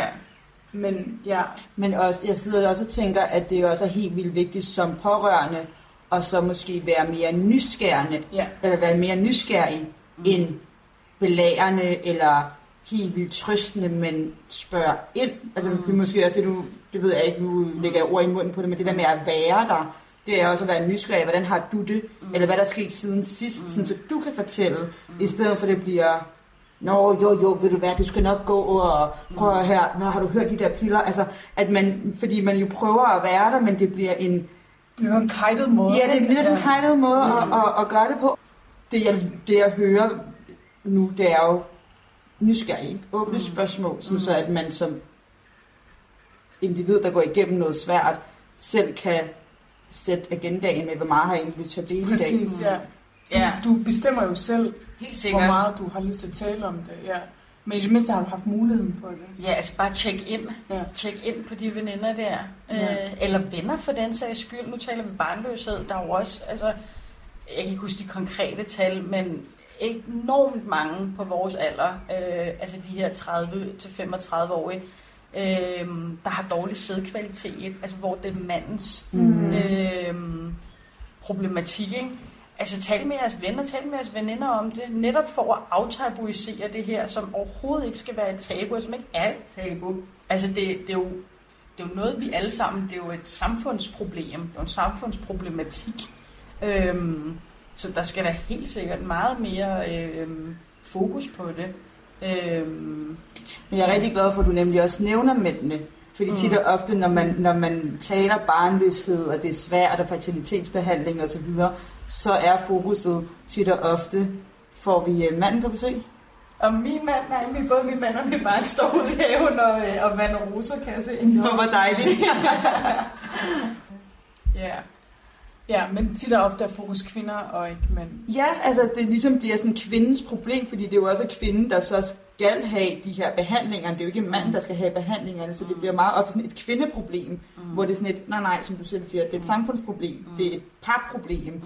Men også, jeg sidder også og tænker, at det også er helt vildt vigtigt som pårørende, og så måske være mere nysgerrige, eller være mere nysgerrige, end belærende eller helt vildt trøstende, men spørg ind. Altså det er måske også det ved jeg ikke, nu lægger jeg ord i munden på det, men det der med at være der, det er også at være nysgerrig. Hvordan har du det? Eller hvad der er sket siden sidst, sådan, så du kan fortælle, i stedet for det bliver, jo, ved du hvad, det skal nok gå, og prøv her, har du hørt de der piller? Altså, at man, fordi man jo prøver at være der, men det bliver en kajtet måde. Ja, det bliver en kajtet måde at gøre det på. Det jeg hører nu, det er jo nysgerrig, åbne spørgsmål, så at man som individ, der går igennem noget svært, selv kan sætte agendaen med, hvor meget har jeg egentlig lyst til at dele i dag. Præcis, ja. Du bestemmer jo selv, helt hvor meget du har lyst til at tale om det. Ja. Men i det mindste har du haft muligheden for det. Ja, altså bare tjek ind. Ja. Tjek ind på de veninder der. Ja. Eller venner for den sags skyld. Nu taler vi barnløshed. Der er jo også, altså, jeg kan ikke huske de konkrete tal, men enormt mange på vores alder, altså de her 30-35-årige, der har dårlig sædkvalitet, altså hvor det er mandens problematik, ikke? Altså tal med jeres venner, tal med jeres veninder om det, netop for at aftabuisere det her, som overhovedet ikke skal være et tabu, og som ikke er et tabu. Altså det er jo noget, vi alle sammen, det er jo et samfundsproblem, det er jo en samfundsproblematik. Så der skal da helt sikkert meget mere fokus på det. Men jeg er rigtig glad for, at du nemlig også nævner mændene. Fordi tit og ofte, når man taler barnløshed, og det er svært, og fertilitetsbehandling osv., så er fokuset tit og ofte, får vi manden på besøg? Og min mand, både min mand og min barn står ude i haven og vander roser, kan jeg se. Det var dejligt. Ja. Ja, men tit og ofte er fokus kvinder og ikke mænd. Ja, altså det ligesom bliver sådan kvindens problem, fordi det er jo også kvinden, der så skal have de her behandlinger. Det er jo ikke manden, der skal have behandlingerne, så det bliver meget ofte sådan et kvindeproblem, hvor det er sådan et, nej, som du selv siger, det er et samfundsproblem, det er et parproblem.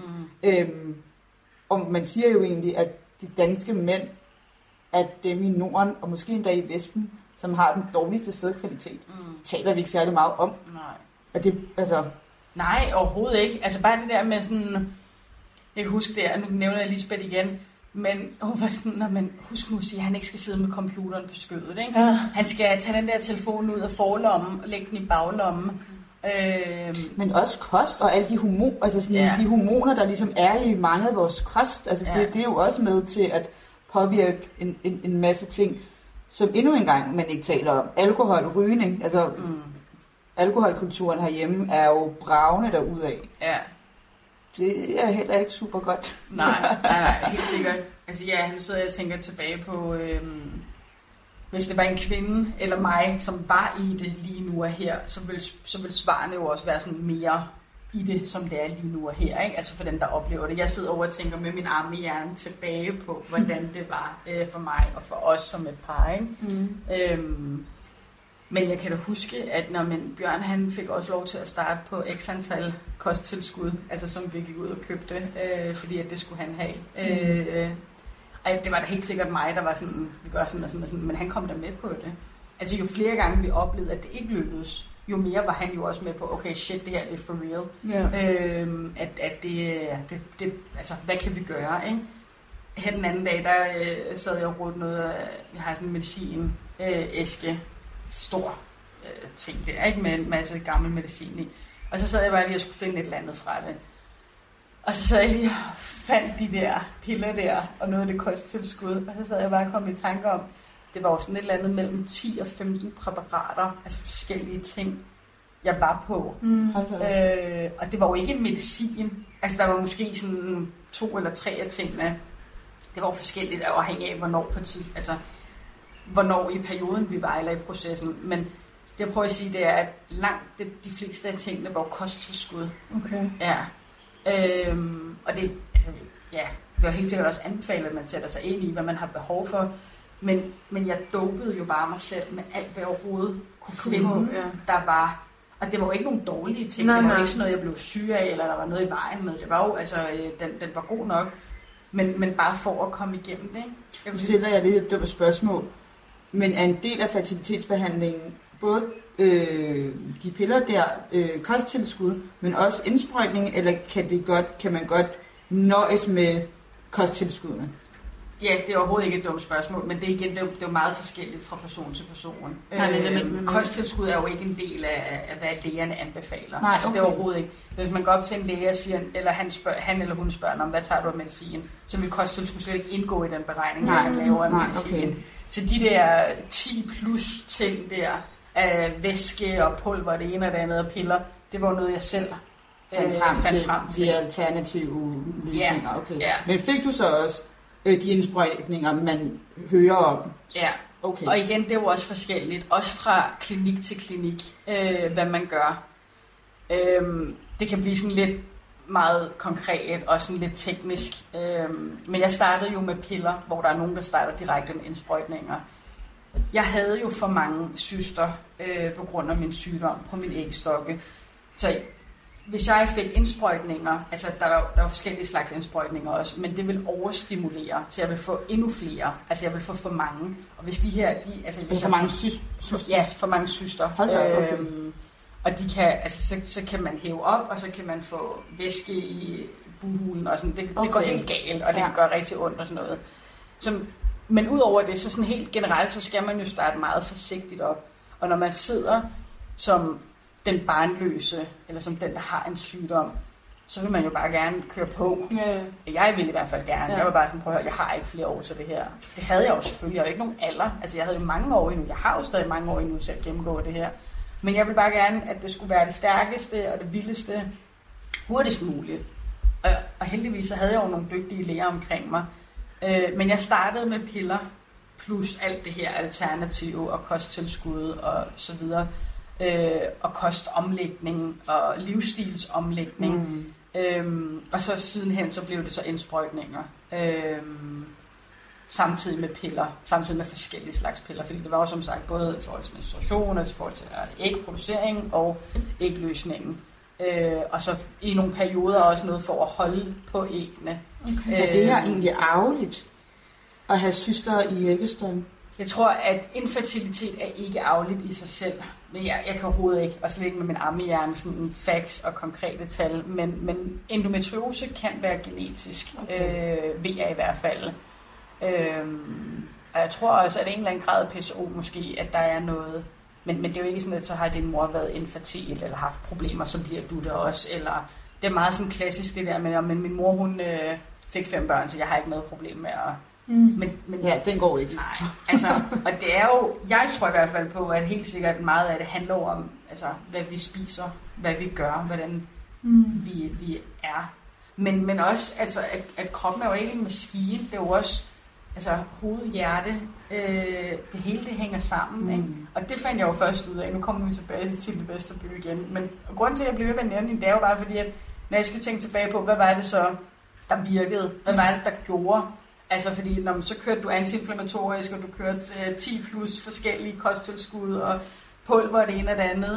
Og man siger jo egentlig, at de danske mænd er dem i Norden, og måske endda i Vesten, som har den dårligste sædkvalitet. Det taler vi ikke særlig meget om. Nej. Og det, altså... Nej, overhovedet ikke. Altså bare det der med sådan, jeg kan huske det, nu nævner jeg Lisbeth igen, men hun var sådan, husk nu at sige, at han ikke skal sidde med computeren på skødet, ikke? Ja. Han skal tage den der telefon ud af forlommen og lægge den i baglommen. Men også kost og alle de de hormoner, der ligesom er i mange af vores kost, altså det er jo også med til at påvirke en masse ting, som endnu engang man ikke taler om. Alkohol, rygning, altså... Alkoholkulturen herhjemme er jo bravende derudad. Ja. Det er heller ikke super godt. Nej, helt sikkert. Altså ja, nu sidder jeg og tænker tilbage på, hvis det var en kvinde eller mig, som var i det lige nu og her, så vil svarene jo også være sådan mere i det, som det er lige nu og her, ikke? Altså for den, der oplever det. Jeg sidder over og tænker med min arme i hjernen tilbage på, hvordan det var for mig og for os som et par, ikke? Men jeg kan da huske, at når Bjørn han fik også lov til at starte på x antal kosttilskud, altså som vi gik ud og købte, fordi at det skulle han have. Det var da helt sikkert mig, der var sådan, vi gør sådan og sådan og sådan, men han kom da med på det. Altså jo flere gange vi oplevede, at det ikke lykkedes, jo mere var han jo også med på, okay shit, det her det er for real. Yeah. At det, altså hvad kan vi gøre, ikke? Her den anden dag, der sad jeg og rodede noget, jeg har sådan en medicin æske, stor ting der, ikke? Med en masse gammel medicin i. Og så sad jeg bare lige og skulle finde et eller andet fra det. Og så sad jeg lige og fandt de der piller der, og noget af det kosttilskud. Og så sad jeg bare og kom i tanke om, det var jo sådan et eller andet mellem 10 og 15 præparater, altså forskellige ting, jeg var på. Og det var jo ikke medicin. Altså der var måske sådan 2 eller 3 af tingene. Det var jo forskelligt afhængig af, hvornår i perioden vi var, eller i processen. Men det jeg prøver at sige, det er, at langt de fleste af tingene var kosttilskud. Okay. Ja. Og det, altså, ja, det var helt sikkert også anbefalet, at man sætter sig ind i, hvad man har behov for. Men jeg dopede jo bare mig selv med alt, hvad jeg overhovedet kunne finde, der var. Og det var jo ikke nogen dårlige ting. Det var ikke sådan noget, jeg blev syg af, eller der var noget i vejen med. Det var jo, altså, den var god nok. Men bare for at komme igennem det, ikke? Nu stiller jeg lidt et dumt spørgsmål. Men er en del af fertilitetsbehandlingen både de piller der, kosttilskud, men også indsprøjtning, eller kan man godt nøjes med kosttilskuddene? Ja, det er overhovedet ikke et dumt spørgsmål, men det er jo meget forskelligt fra person til person. Kosttilskud er jo ikke en del af hvad lægerne anbefaler. Nej, altså, det er overhovedet ikke. Hvis man går op til en læge og siger, eller han eller hun spørger om, hvad tager du af medicin, så vil kosttilskud slet ikke indgå i den beregning, når man laver af medicin. Okay. Så de der 10 plus ting der, af væske og pulver, det ene og det andet og piller, det var noget, jeg selv fandt frem til. De alternative løsninger. Ja. Okay. Ja. Men fik du så også de indsprøjtninger, man hører om? Ja, okay. Og igen, det er jo også forskelligt. Også fra klinik til klinik, hvad man gør. Det kan blive sådan lidt meget konkret og sådan lidt teknisk. Men jeg startede jo med piller, hvor der er nogen, der starter direkte med indsprøjtninger. Jeg havde jo for mange cyster på grund af min sygdom på min ægstokke. Så hvis jeg fik indsprøjtninger, altså der er forskellige slags indsprøjtninger også, men det vil overstimulere, så jeg vil få endnu flere. Altså jeg vil få for mange. Og hvis de her, for mange cyster? Ja, for mange cyster. Okay. Og de kan, altså så kan man hæve op, og så kan man få væske i buhulen og sådan. Det går helt galt, og det kan gøre rigtig ondt og sådan noget. Men udover det, så sådan helt generelt, så skal man jo starte meget forsigtigt op. Og når man sidder som den barnløse, eller som den, der har en sygdom, så vil man jo bare gerne køre på. Jeg vil i hvert fald gerne. Jeg var bare sådan, prøv at høre, jeg har ikke flere år til det her. Det havde jeg jo selvfølgelig. Jeg havde ikke nogen alder. Altså jeg havde jo mange år endnu. Jeg har jo stadig mange år endnu til at gennemgå det her. Men jeg vil bare gerne, at det skulle være det stærkeste og det vildeste hurtigst muligt. Og heldigvis så havde jeg jo nogle dygtige læger omkring mig. Men jeg startede med piller, plus alt det her alternative og kosttilskud og så videre. Og kostomlægning og livsstilsomlægning. Og så sidenhen så blev det så indsprøjtninger. Samtidig med piller, samtidig med forskellige slags piller, fordi det var jo som sagt både i forhold til menstruation, og i forhold til ægproducering og ægløsningen. Og så i nogle perioder også noget for at holde på æggene. Okay. Er det her egentlig arveligt at have cyster i æggestokken? Jeg tror, at infertilitet er ikke arveligt i sig selv. Men jeg kan overhovedet ikke, og slet ikke med min ammehjerne, sådan facts og konkrete tal. Men endometriose kan være genetisk, ved jeg i hvert fald. Og jeg tror også, at en eller anden grad PCO måske, at der er noget. Men det er jo ikke sådan, at så har din mor været infertil eller haft problemer, så bliver du det også. Eller det er meget sådan klassisk det der med, men min mor hun fik 5 børn, så jeg har ikke noget problem med at... Men ja, den går ikke. Nej, altså, og det er jo, jeg tror i hvert fald på, at helt sikkert meget af det handler om, altså, hvad vi spiser, hvad vi gør, hvordan vi er. Men også, altså, at kroppen er jo ikke en maskine, det er jo også, altså, hoved, hjerte, det hele det hænger sammen, ikke? Og det fandt jeg jo først ud af. Nu kommer vi tilbage til det bedste by igen. Men grunden til, at jeg blev ved med at nævne det er jo bare fordi, at når jeg skal tænke tilbage på, hvad var det så, der virkede? Hvad var det, der gjorde? Altså fordi, så kørte du antiinflammatorisk, og du kørte 10 plus forskellige kosttilskud og pulver og det ene og det andet.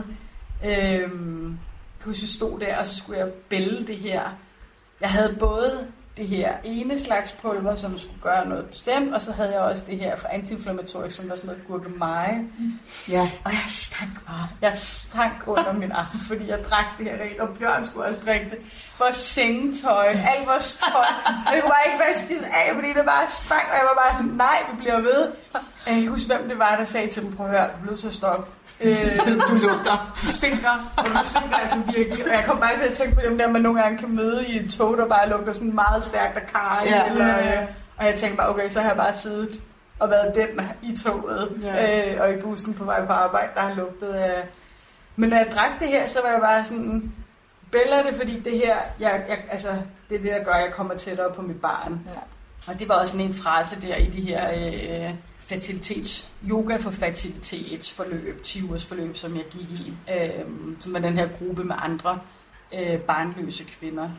Jeg stod der, og så skulle jeg bælge det her. Jeg havde både det her ene slags pulver, som skulle gøre noget bestemt, og så havde jeg også det her fra antiinflammatorisk, som var sådan noget gurkemeje. Ja. Og jeg stank under min arm, fordi jeg drak det her rent, og Bjørn skulle også drikke det. Vores sengetøj, alt vores tøj, og det kunne bare ikke vaskes af, fordi det bare stank, og jeg var bare sådan, nej, vi bliver ved. Jeg kan huske, hvem det var, der sagde til dem, prøv at høre, du blev så stoppe. Du lugter. Du stinker, og du stinker altså virkelig. Og jeg kom bare til at tænke på dem der, man nogle gange kan møde i et tog, der bare lugter sådan meget stærkt af karry. Og jeg tænkte bare, okay, så har jeg bare siddet og været den i toget og i bussen på vej på arbejde, der har lugtet af... Men når jeg drak det her, så var jeg bare sådan, bælger det, fordi det her, altså, det er det, der gør, at jeg kommer tættere på mit barn. Ja. Og det var også sådan en frase der i de her... yoga for fertilitetsforløb, 10 ugers forløb, som jeg gik i, som var den her gruppe med andre barnløse kvinder.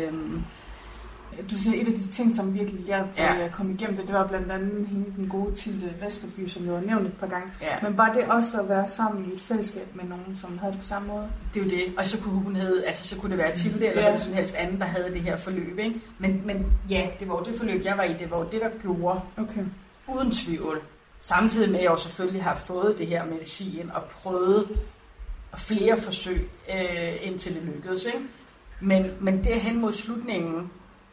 Du siger, et af de ting, som virkelig hjalp at komme igennem det var blandt andet hende, den gode Tilde Vesterby, som du har nævnt et par gange. Ja. Men var det også at være sammen i et fællesskab med nogen, som havde det på samme måde? Det er jo det. Og så kunne det være Tilde eller hvem som helst anden, der havde det her forløb, ikke? Men ja, det var det forløb, jeg var i. Det var det, der gjorde. Okay. Uden tvivl. Samtidig med, at jeg jo selvfølgelig har fået det her medicin og prøvet flere forsøg, indtil det lykkedes. Ikke? Men derhen mod slutningen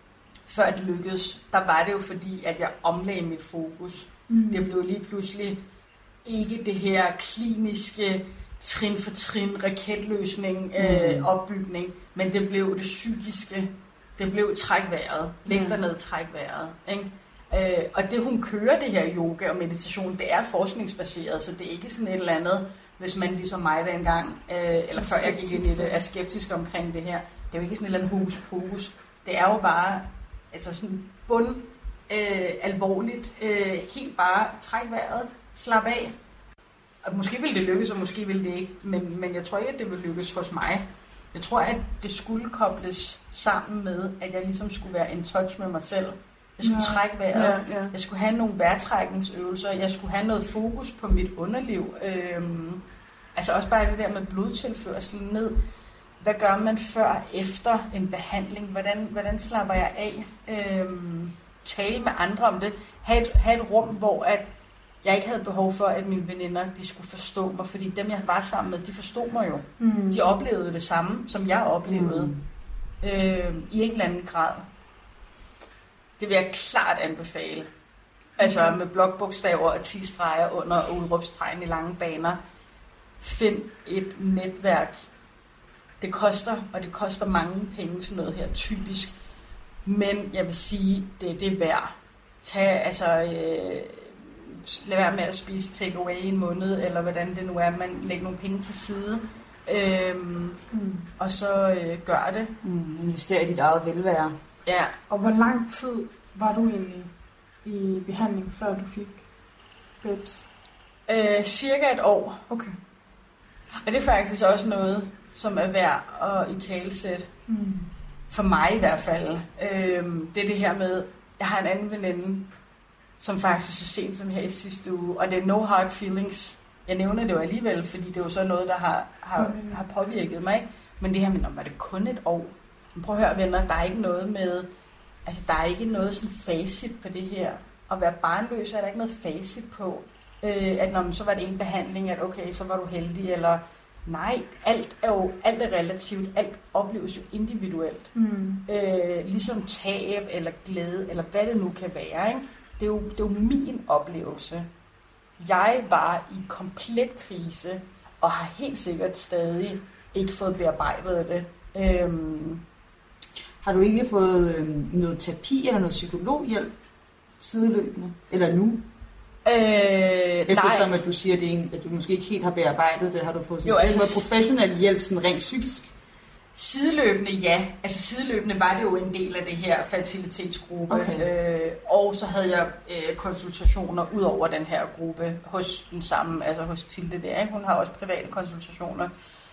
før det lykkedes, der var det jo fordi, at jeg omlagde mit fokus. Det blev lige pludselig ikke det her kliniske trin for trin, raketløsning, opbygning, men det blev det psykiske. Det blev træk vejret, læg dig ned, træk vejret. Ikke? Og det hun kører, det her yoga og meditation, det er forskningsbaseret, så det er ikke sådan et eller andet, hvis man ligesom mig dengang, eller før jeg gik ind i det, er skeptisk omkring det her. Det er jo ikke sådan et eller andet hokus pokus. Det er jo bare altså sådan alvorligt, helt bare træk vejret, slap af. Og måske ville det lykkes, og måske ville det ikke, men jeg tror ikke, at det ville lykkes hos mig. Jeg tror, at det skulle kobles sammen med, at jeg ligesom skulle være in touch med mig selv. Jeg skulle trække vejret. Ja. Jeg skulle have nogle vejrtrækningsøvelser. Jeg skulle have noget fokus på mit underliv. Altså også bare det der med blodtilførsel ned. Hvad gør man før efter en behandling? Hvordan slapper jeg af? Tale med andre om det. Ha' et rum, hvor at jeg ikke havde behov for, at mine veninder de skulle forstå mig, fordi dem, jeg var sammen med, de forstod mig jo. De oplevede det samme, som jeg oplevede, i en eller anden grad. Det vil jeg klart anbefale. Altså med blokbogstaver og 10 streger under og udråbstegn i lange baner. Find et netværk. Det koster mange penge, sådan noget her, typisk. Men jeg vil sige, det er værd. Lad være med at spise takeaway i en måned, eller hvordan det nu er, man lægger nogle penge til side, og så gør det. Investere i dit eget velvære. Ja. Og hvor lang tid var du egentlig i behandling, før du fik BEPS? Cirka et år. Okay. Og det er faktisk også noget, som er værd at italesætte. For mig i hvert fald. Det er det her med, jeg har en anden veninde, som faktisk er så sent som her i sidste uge, og det er no hard feelings. Jeg nævner det jo alligevel, fordi det er jo så noget, der har påvirket mig. Ikke? Men det her med, var det kun et år? Men prøv at høre, venner, der er ikke noget med, altså der er ikke noget sådan facit på det her. At være barnløs er der ikke noget facit på, at når så var det en behandling, at okay, så var du heldig, eller nej, alt er relativt, alt opleves jo individuelt. Ligesom tab, eller glæde, eller hvad det nu kan være, ikke? Det er jo min oplevelse. Jeg var i komplet krise, og har helt sikkert stadig ikke fået bearbejdet det. Har du egentlig fået noget terapi eller noget psykologhjælp sideløbende? Eller nu? Eftersom at du siger, at du måske ikke helt har bearbejdet det, har du fået sådan noget professionel hjælp, sådan rent psykisk? Sideløbende, ja. Altså sideløbende var det jo en del af det her fertilitetsgruppe. Okay. Og så havde jeg konsultationer ud over den her gruppe hos den samme, altså hos Tilde der. Hun har også private konsultationer.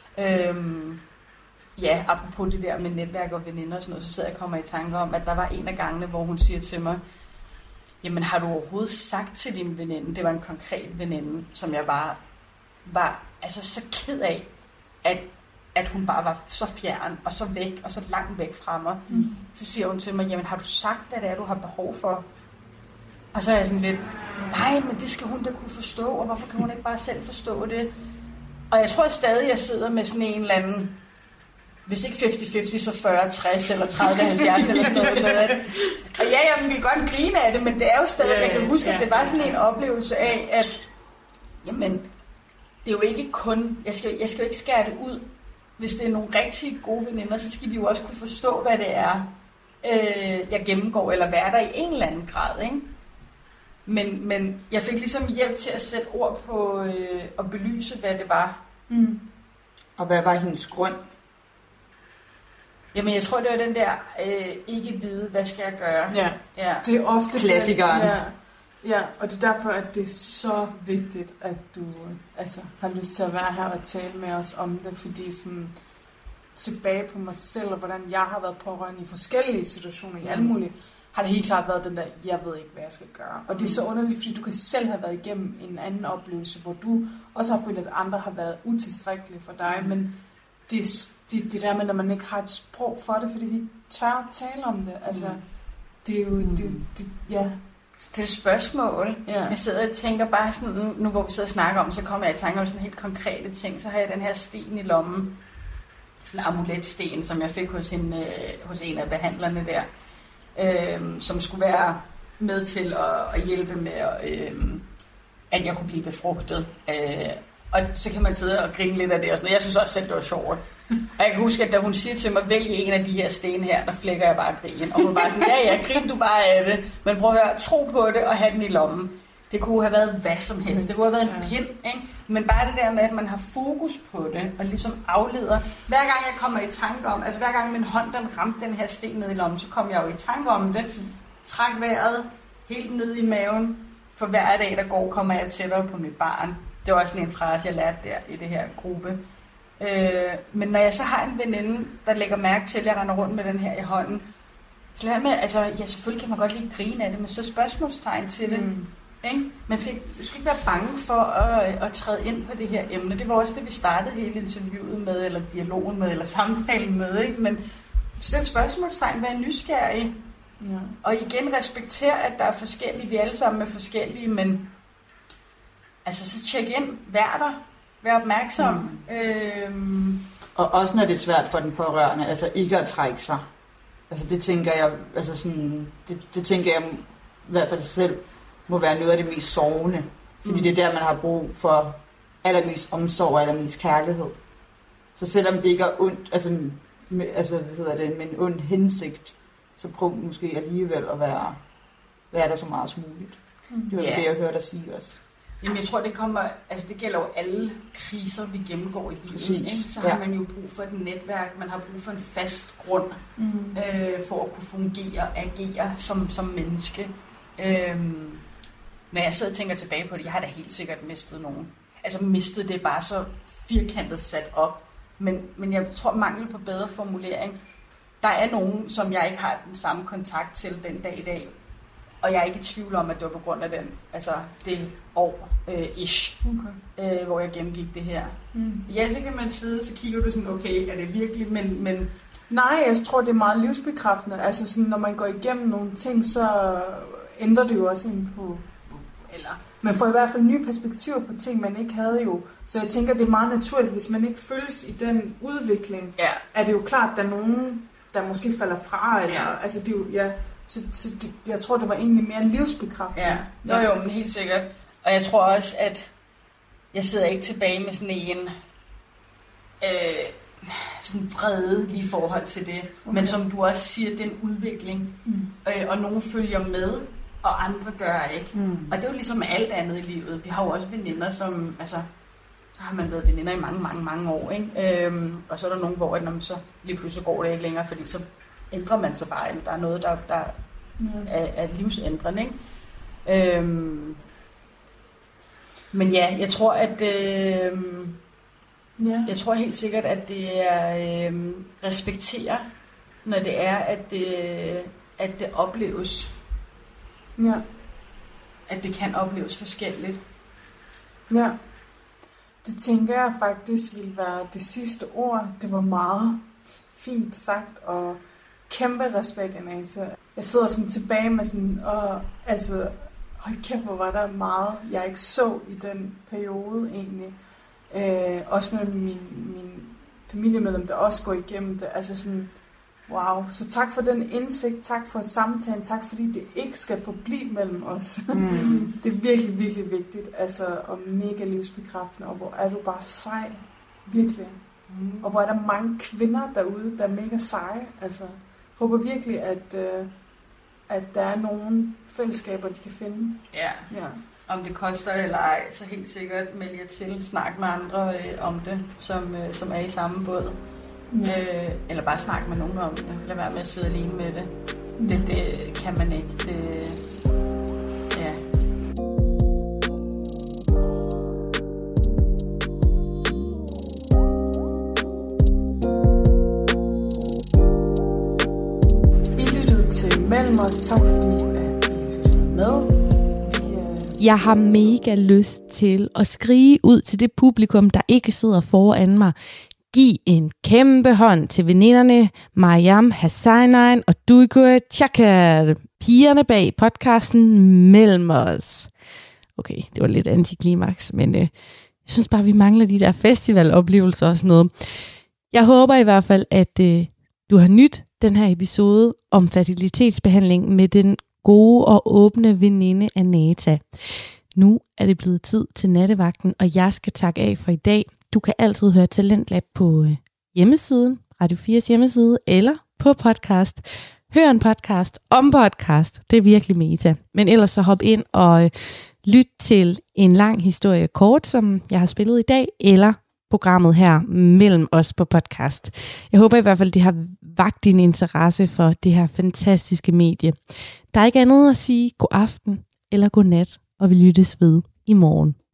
Ja, apropos det der med netværk og veninder og sådan noget, så sidder jeg og kommer i tanke om, at der var en af gangene, hvor hun siger til mig, jamen har du overhovedet sagt til din veninde, det var en konkret veninde, som jeg bare var altså så ked af, at hun bare var så fjern og så væk og så langt væk fra mig. Så siger hun til mig, jamen har du sagt, hvad det er, du har behov for? Og så er jeg sådan lidt, nej, men det skal hun da kunne forstå, og hvorfor kan hun ikke bare selv forstå det? Og jeg tror stadig, jeg sidder med sådan en eller anden, hvis ikke 50-50, så 40-60 eller 30-70 eller sådan noget. Og ja, jeg kan godt grine af det, men det er jo stadig, jeg kan huske, at det var sådan en oplevelse af, at jamen, det er jo ikke kun, jeg skal jo ikke skære det ud. Hvis det er nogle rigtig gode veninder, så skal de jo også kunne forstå, hvad det er, jeg gennemgår, eller være der i en eller anden grad, ikke? Men jeg fik ligesom hjælp til at sætte ord på og belyse, hvad det var. Og hvad var hendes grund? Jamen, jeg tror, det var den der ikke vide, hvad skal jeg gøre. Ja. Det er ofte klassikeren. Ja, og det er derfor, at det er så vigtigt, at du har lyst til at være her og tale med os om det, fordi sådan tilbage på mig selv, og hvordan jeg har været pårørende i forskellige situationer, i alle mulige, har det helt klart været den der, jeg ved ikke, hvad jeg skal gøre. Og det er så underligt, fordi du kan selv have været igennem en anden oplevelse, hvor du også har følt, at andre har været utilstrækkelige for dig, men det der med, når man ikke har et sprog for det, fordi vi tør at tale om det, altså, det er jo, ja. Det er et spørgsmål. Ja. Jeg sidder og tænker bare sådan, nu hvor vi sidder og snakker om, så kommer jeg i tanke om sådan helt konkrete ting. Så har jeg den her sten i lommen, sådan en amuletsten, som jeg fik hos en af behandlerne der. som skulle være med til at hjælpe med, at jeg kunne blive befrugtet. Og så kan man sidde og grine lidt af det og sådan noget. Jeg synes også selv, det var sjovt. Og jeg kan huske, at da hun siger til mig, vælg en af de her sten her, der flækker jeg bare grin. Og hun bare sådan, ja, grin du bare af det. Men prøv at høre, tro på det og have den i lommen. Det kunne have været hvad som helst. Det kunne have været en pind, ikke? Men bare det der med, at man har fokus på det, og ligesom afleder. Hver gang jeg kommer i tanke om, altså hver gang min hånd den ramte den her sten ned i lommen, så kom jeg jo i tanke om det. Træk vejret helt ned i maven. For hver dag, der går, kommer jeg tættere på mit barn. Det var også sådan en frase, jeg lærte der i det her gruppe. Men når jeg så har en veninde, der lægger mærke til, at jeg render rundt med den her i hånden, så lad med, altså, ja, selvfølgelig kan man godt lige grine af det, men så spørgsmålstegn til det. Ikke? Man skal ikke være bange for at træde ind på det her emne. Det var også det, vi startede hele interviewet med, eller dialogen med, eller samtalen med. Ikke? Men stil spørgsmålstegn, vær nysgerrig. Ja. Og igen respektere, at der er forskellige, vi alle sammen er forskellige, men altså så tjek ind, vær der, vær opmærksom. Og også når det er svært for den pårørende, altså ikke at trække sig. Altså det tænker jeg, altså sådan, det tænker jeg i hvert fald selv, må være noget af det mest sårende. Fordi det er der, man har brug for allermest omsorg og allermest kærlighed. Så selvom det ikke er ondt, altså hvad hedder det, med en ond hensigt, så prøv måske alligevel at være der så meget som muligt. Det var det, jeg hørte dig sige også. Jamen jeg tror, det gælder jo alle kriser, vi gennemgår i livet. Ikke? Så har man jo brug for et netværk, man har brug for en fast grund, for at kunne fungere og agere som menneske. Når jeg sidder og tænker tilbage på det, jeg har da helt sikkert mistet nogen. Altså mistet det bare så firkantet sat op. Men jeg tror, mangel på bedre formulering. Der er nogen, som jeg ikke har den samme kontakt til den dag i dag. Og jeg er ikke i tvivl om, at det var på grund af det år, hvor jeg gennemgik det her. Ja, så kan man sidde, så kigger du sådan, okay, er det virkelig, men... Nej, jeg tror, det er meget livsbekræftende. Altså sådan, når man går igennem nogle ting, så ændrer det jo også ind på... Eller man får i hvert fald nye perspektiver på ting, man ikke havde jo. Så jeg tænker, det er meget naturligt, hvis man ikke følges i den udvikling, er det jo klart, at der er nogen, der måske falder fra. Eller, altså det er jo, jeg tror, det var egentlig mere livsbekræftende. Ja, jo, men helt sikkert. Og jeg tror også, at jeg sidder ikke tilbage med sådan en sådan vrede lige i forhold til det. Okay. Men som du også siger, den udvikling. Og nogen følger med, og andre gør ikke. Og det er jo ligesom alt andet i livet. Vi har jo også veninder, som... Altså, så har man været veninder i mange år. Ikke? Og så er der nogen, hvor så lige pludselig går det ikke længere, fordi så ændrer man sig bare. Eller der er noget, der er livsændrende. Ikke? Men ja, jeg tror, at... Jeg tror helt sikkert, at det er respektere, når det er, at det opleves. Ja. At det kan opleves forskelligt. Ja. Det tænker jeg faktisk ville være det sidste ord. Det var meget fint sagt, og kæmpe respekt, Anata. Jeg sidder sådan tilbage med sådan, altså, hold kæft, hvor var der meget, jeg ikke så i den periode egentlig. Også med min familiemedlem, der også går igennem det. Altså sådan, wow. Så tak for den indsigt, tak for samtalen, tak fordi det ikke skal forblive mellem os. Det er virkelig, virkelig vigtigt, altså, og mega livsbekræftende, og hvor er du bare sej, virkelig. Og hvor er der mange kvinder derude, der er mega seje. Altså, jeg håber virkelig, at der er nogle fællesskaber, de kan finde. Ja. Om det koster eller ej, så helt sikkert meld jer til, snak med andre om det, som er i samme båd. Eller bare snak med nogen om det. Lad være med at sidde alene med det. Det kan man ikke. I lyttede til Mellem os. Tak fordi at I lyttede med. Jeg har mega lyst til at skrige ud til det publikum, der ikke sidder foran mig. Giv en kæmpe hånd til veninderne Mariam Hassanein og Duygu Chakar, pigerne bag podcasten Mellem os. Okay, det var lidt antiklimaks, men jeg synes bare, vi mangler de der festivaloplevelser og sådan noget. Jeg håber i hvert fald, at du har nydt den her episode om fertilitetsbehandling med den gode og åbne veninde Anata. Nu er det blevet tid til nattevagten, og jeg skal takke af for i dag. Du kan altid høre Talentlab på hjemmesiden, Radio 4's hjemmeside, eller på podcast. Hør en podcast om podcast. Det er virkelig meta. Men ellers så hop ind og lyt til en lang historie kort, som jeg har spillet i dag, eller programmet her mellem os på podcast. Jeg håber i hvert fald, det har vakt din interesse for det her fantastiske medie. Der er ikke andet at sige god aften eller god nat, og vi lyttes ved i morgen.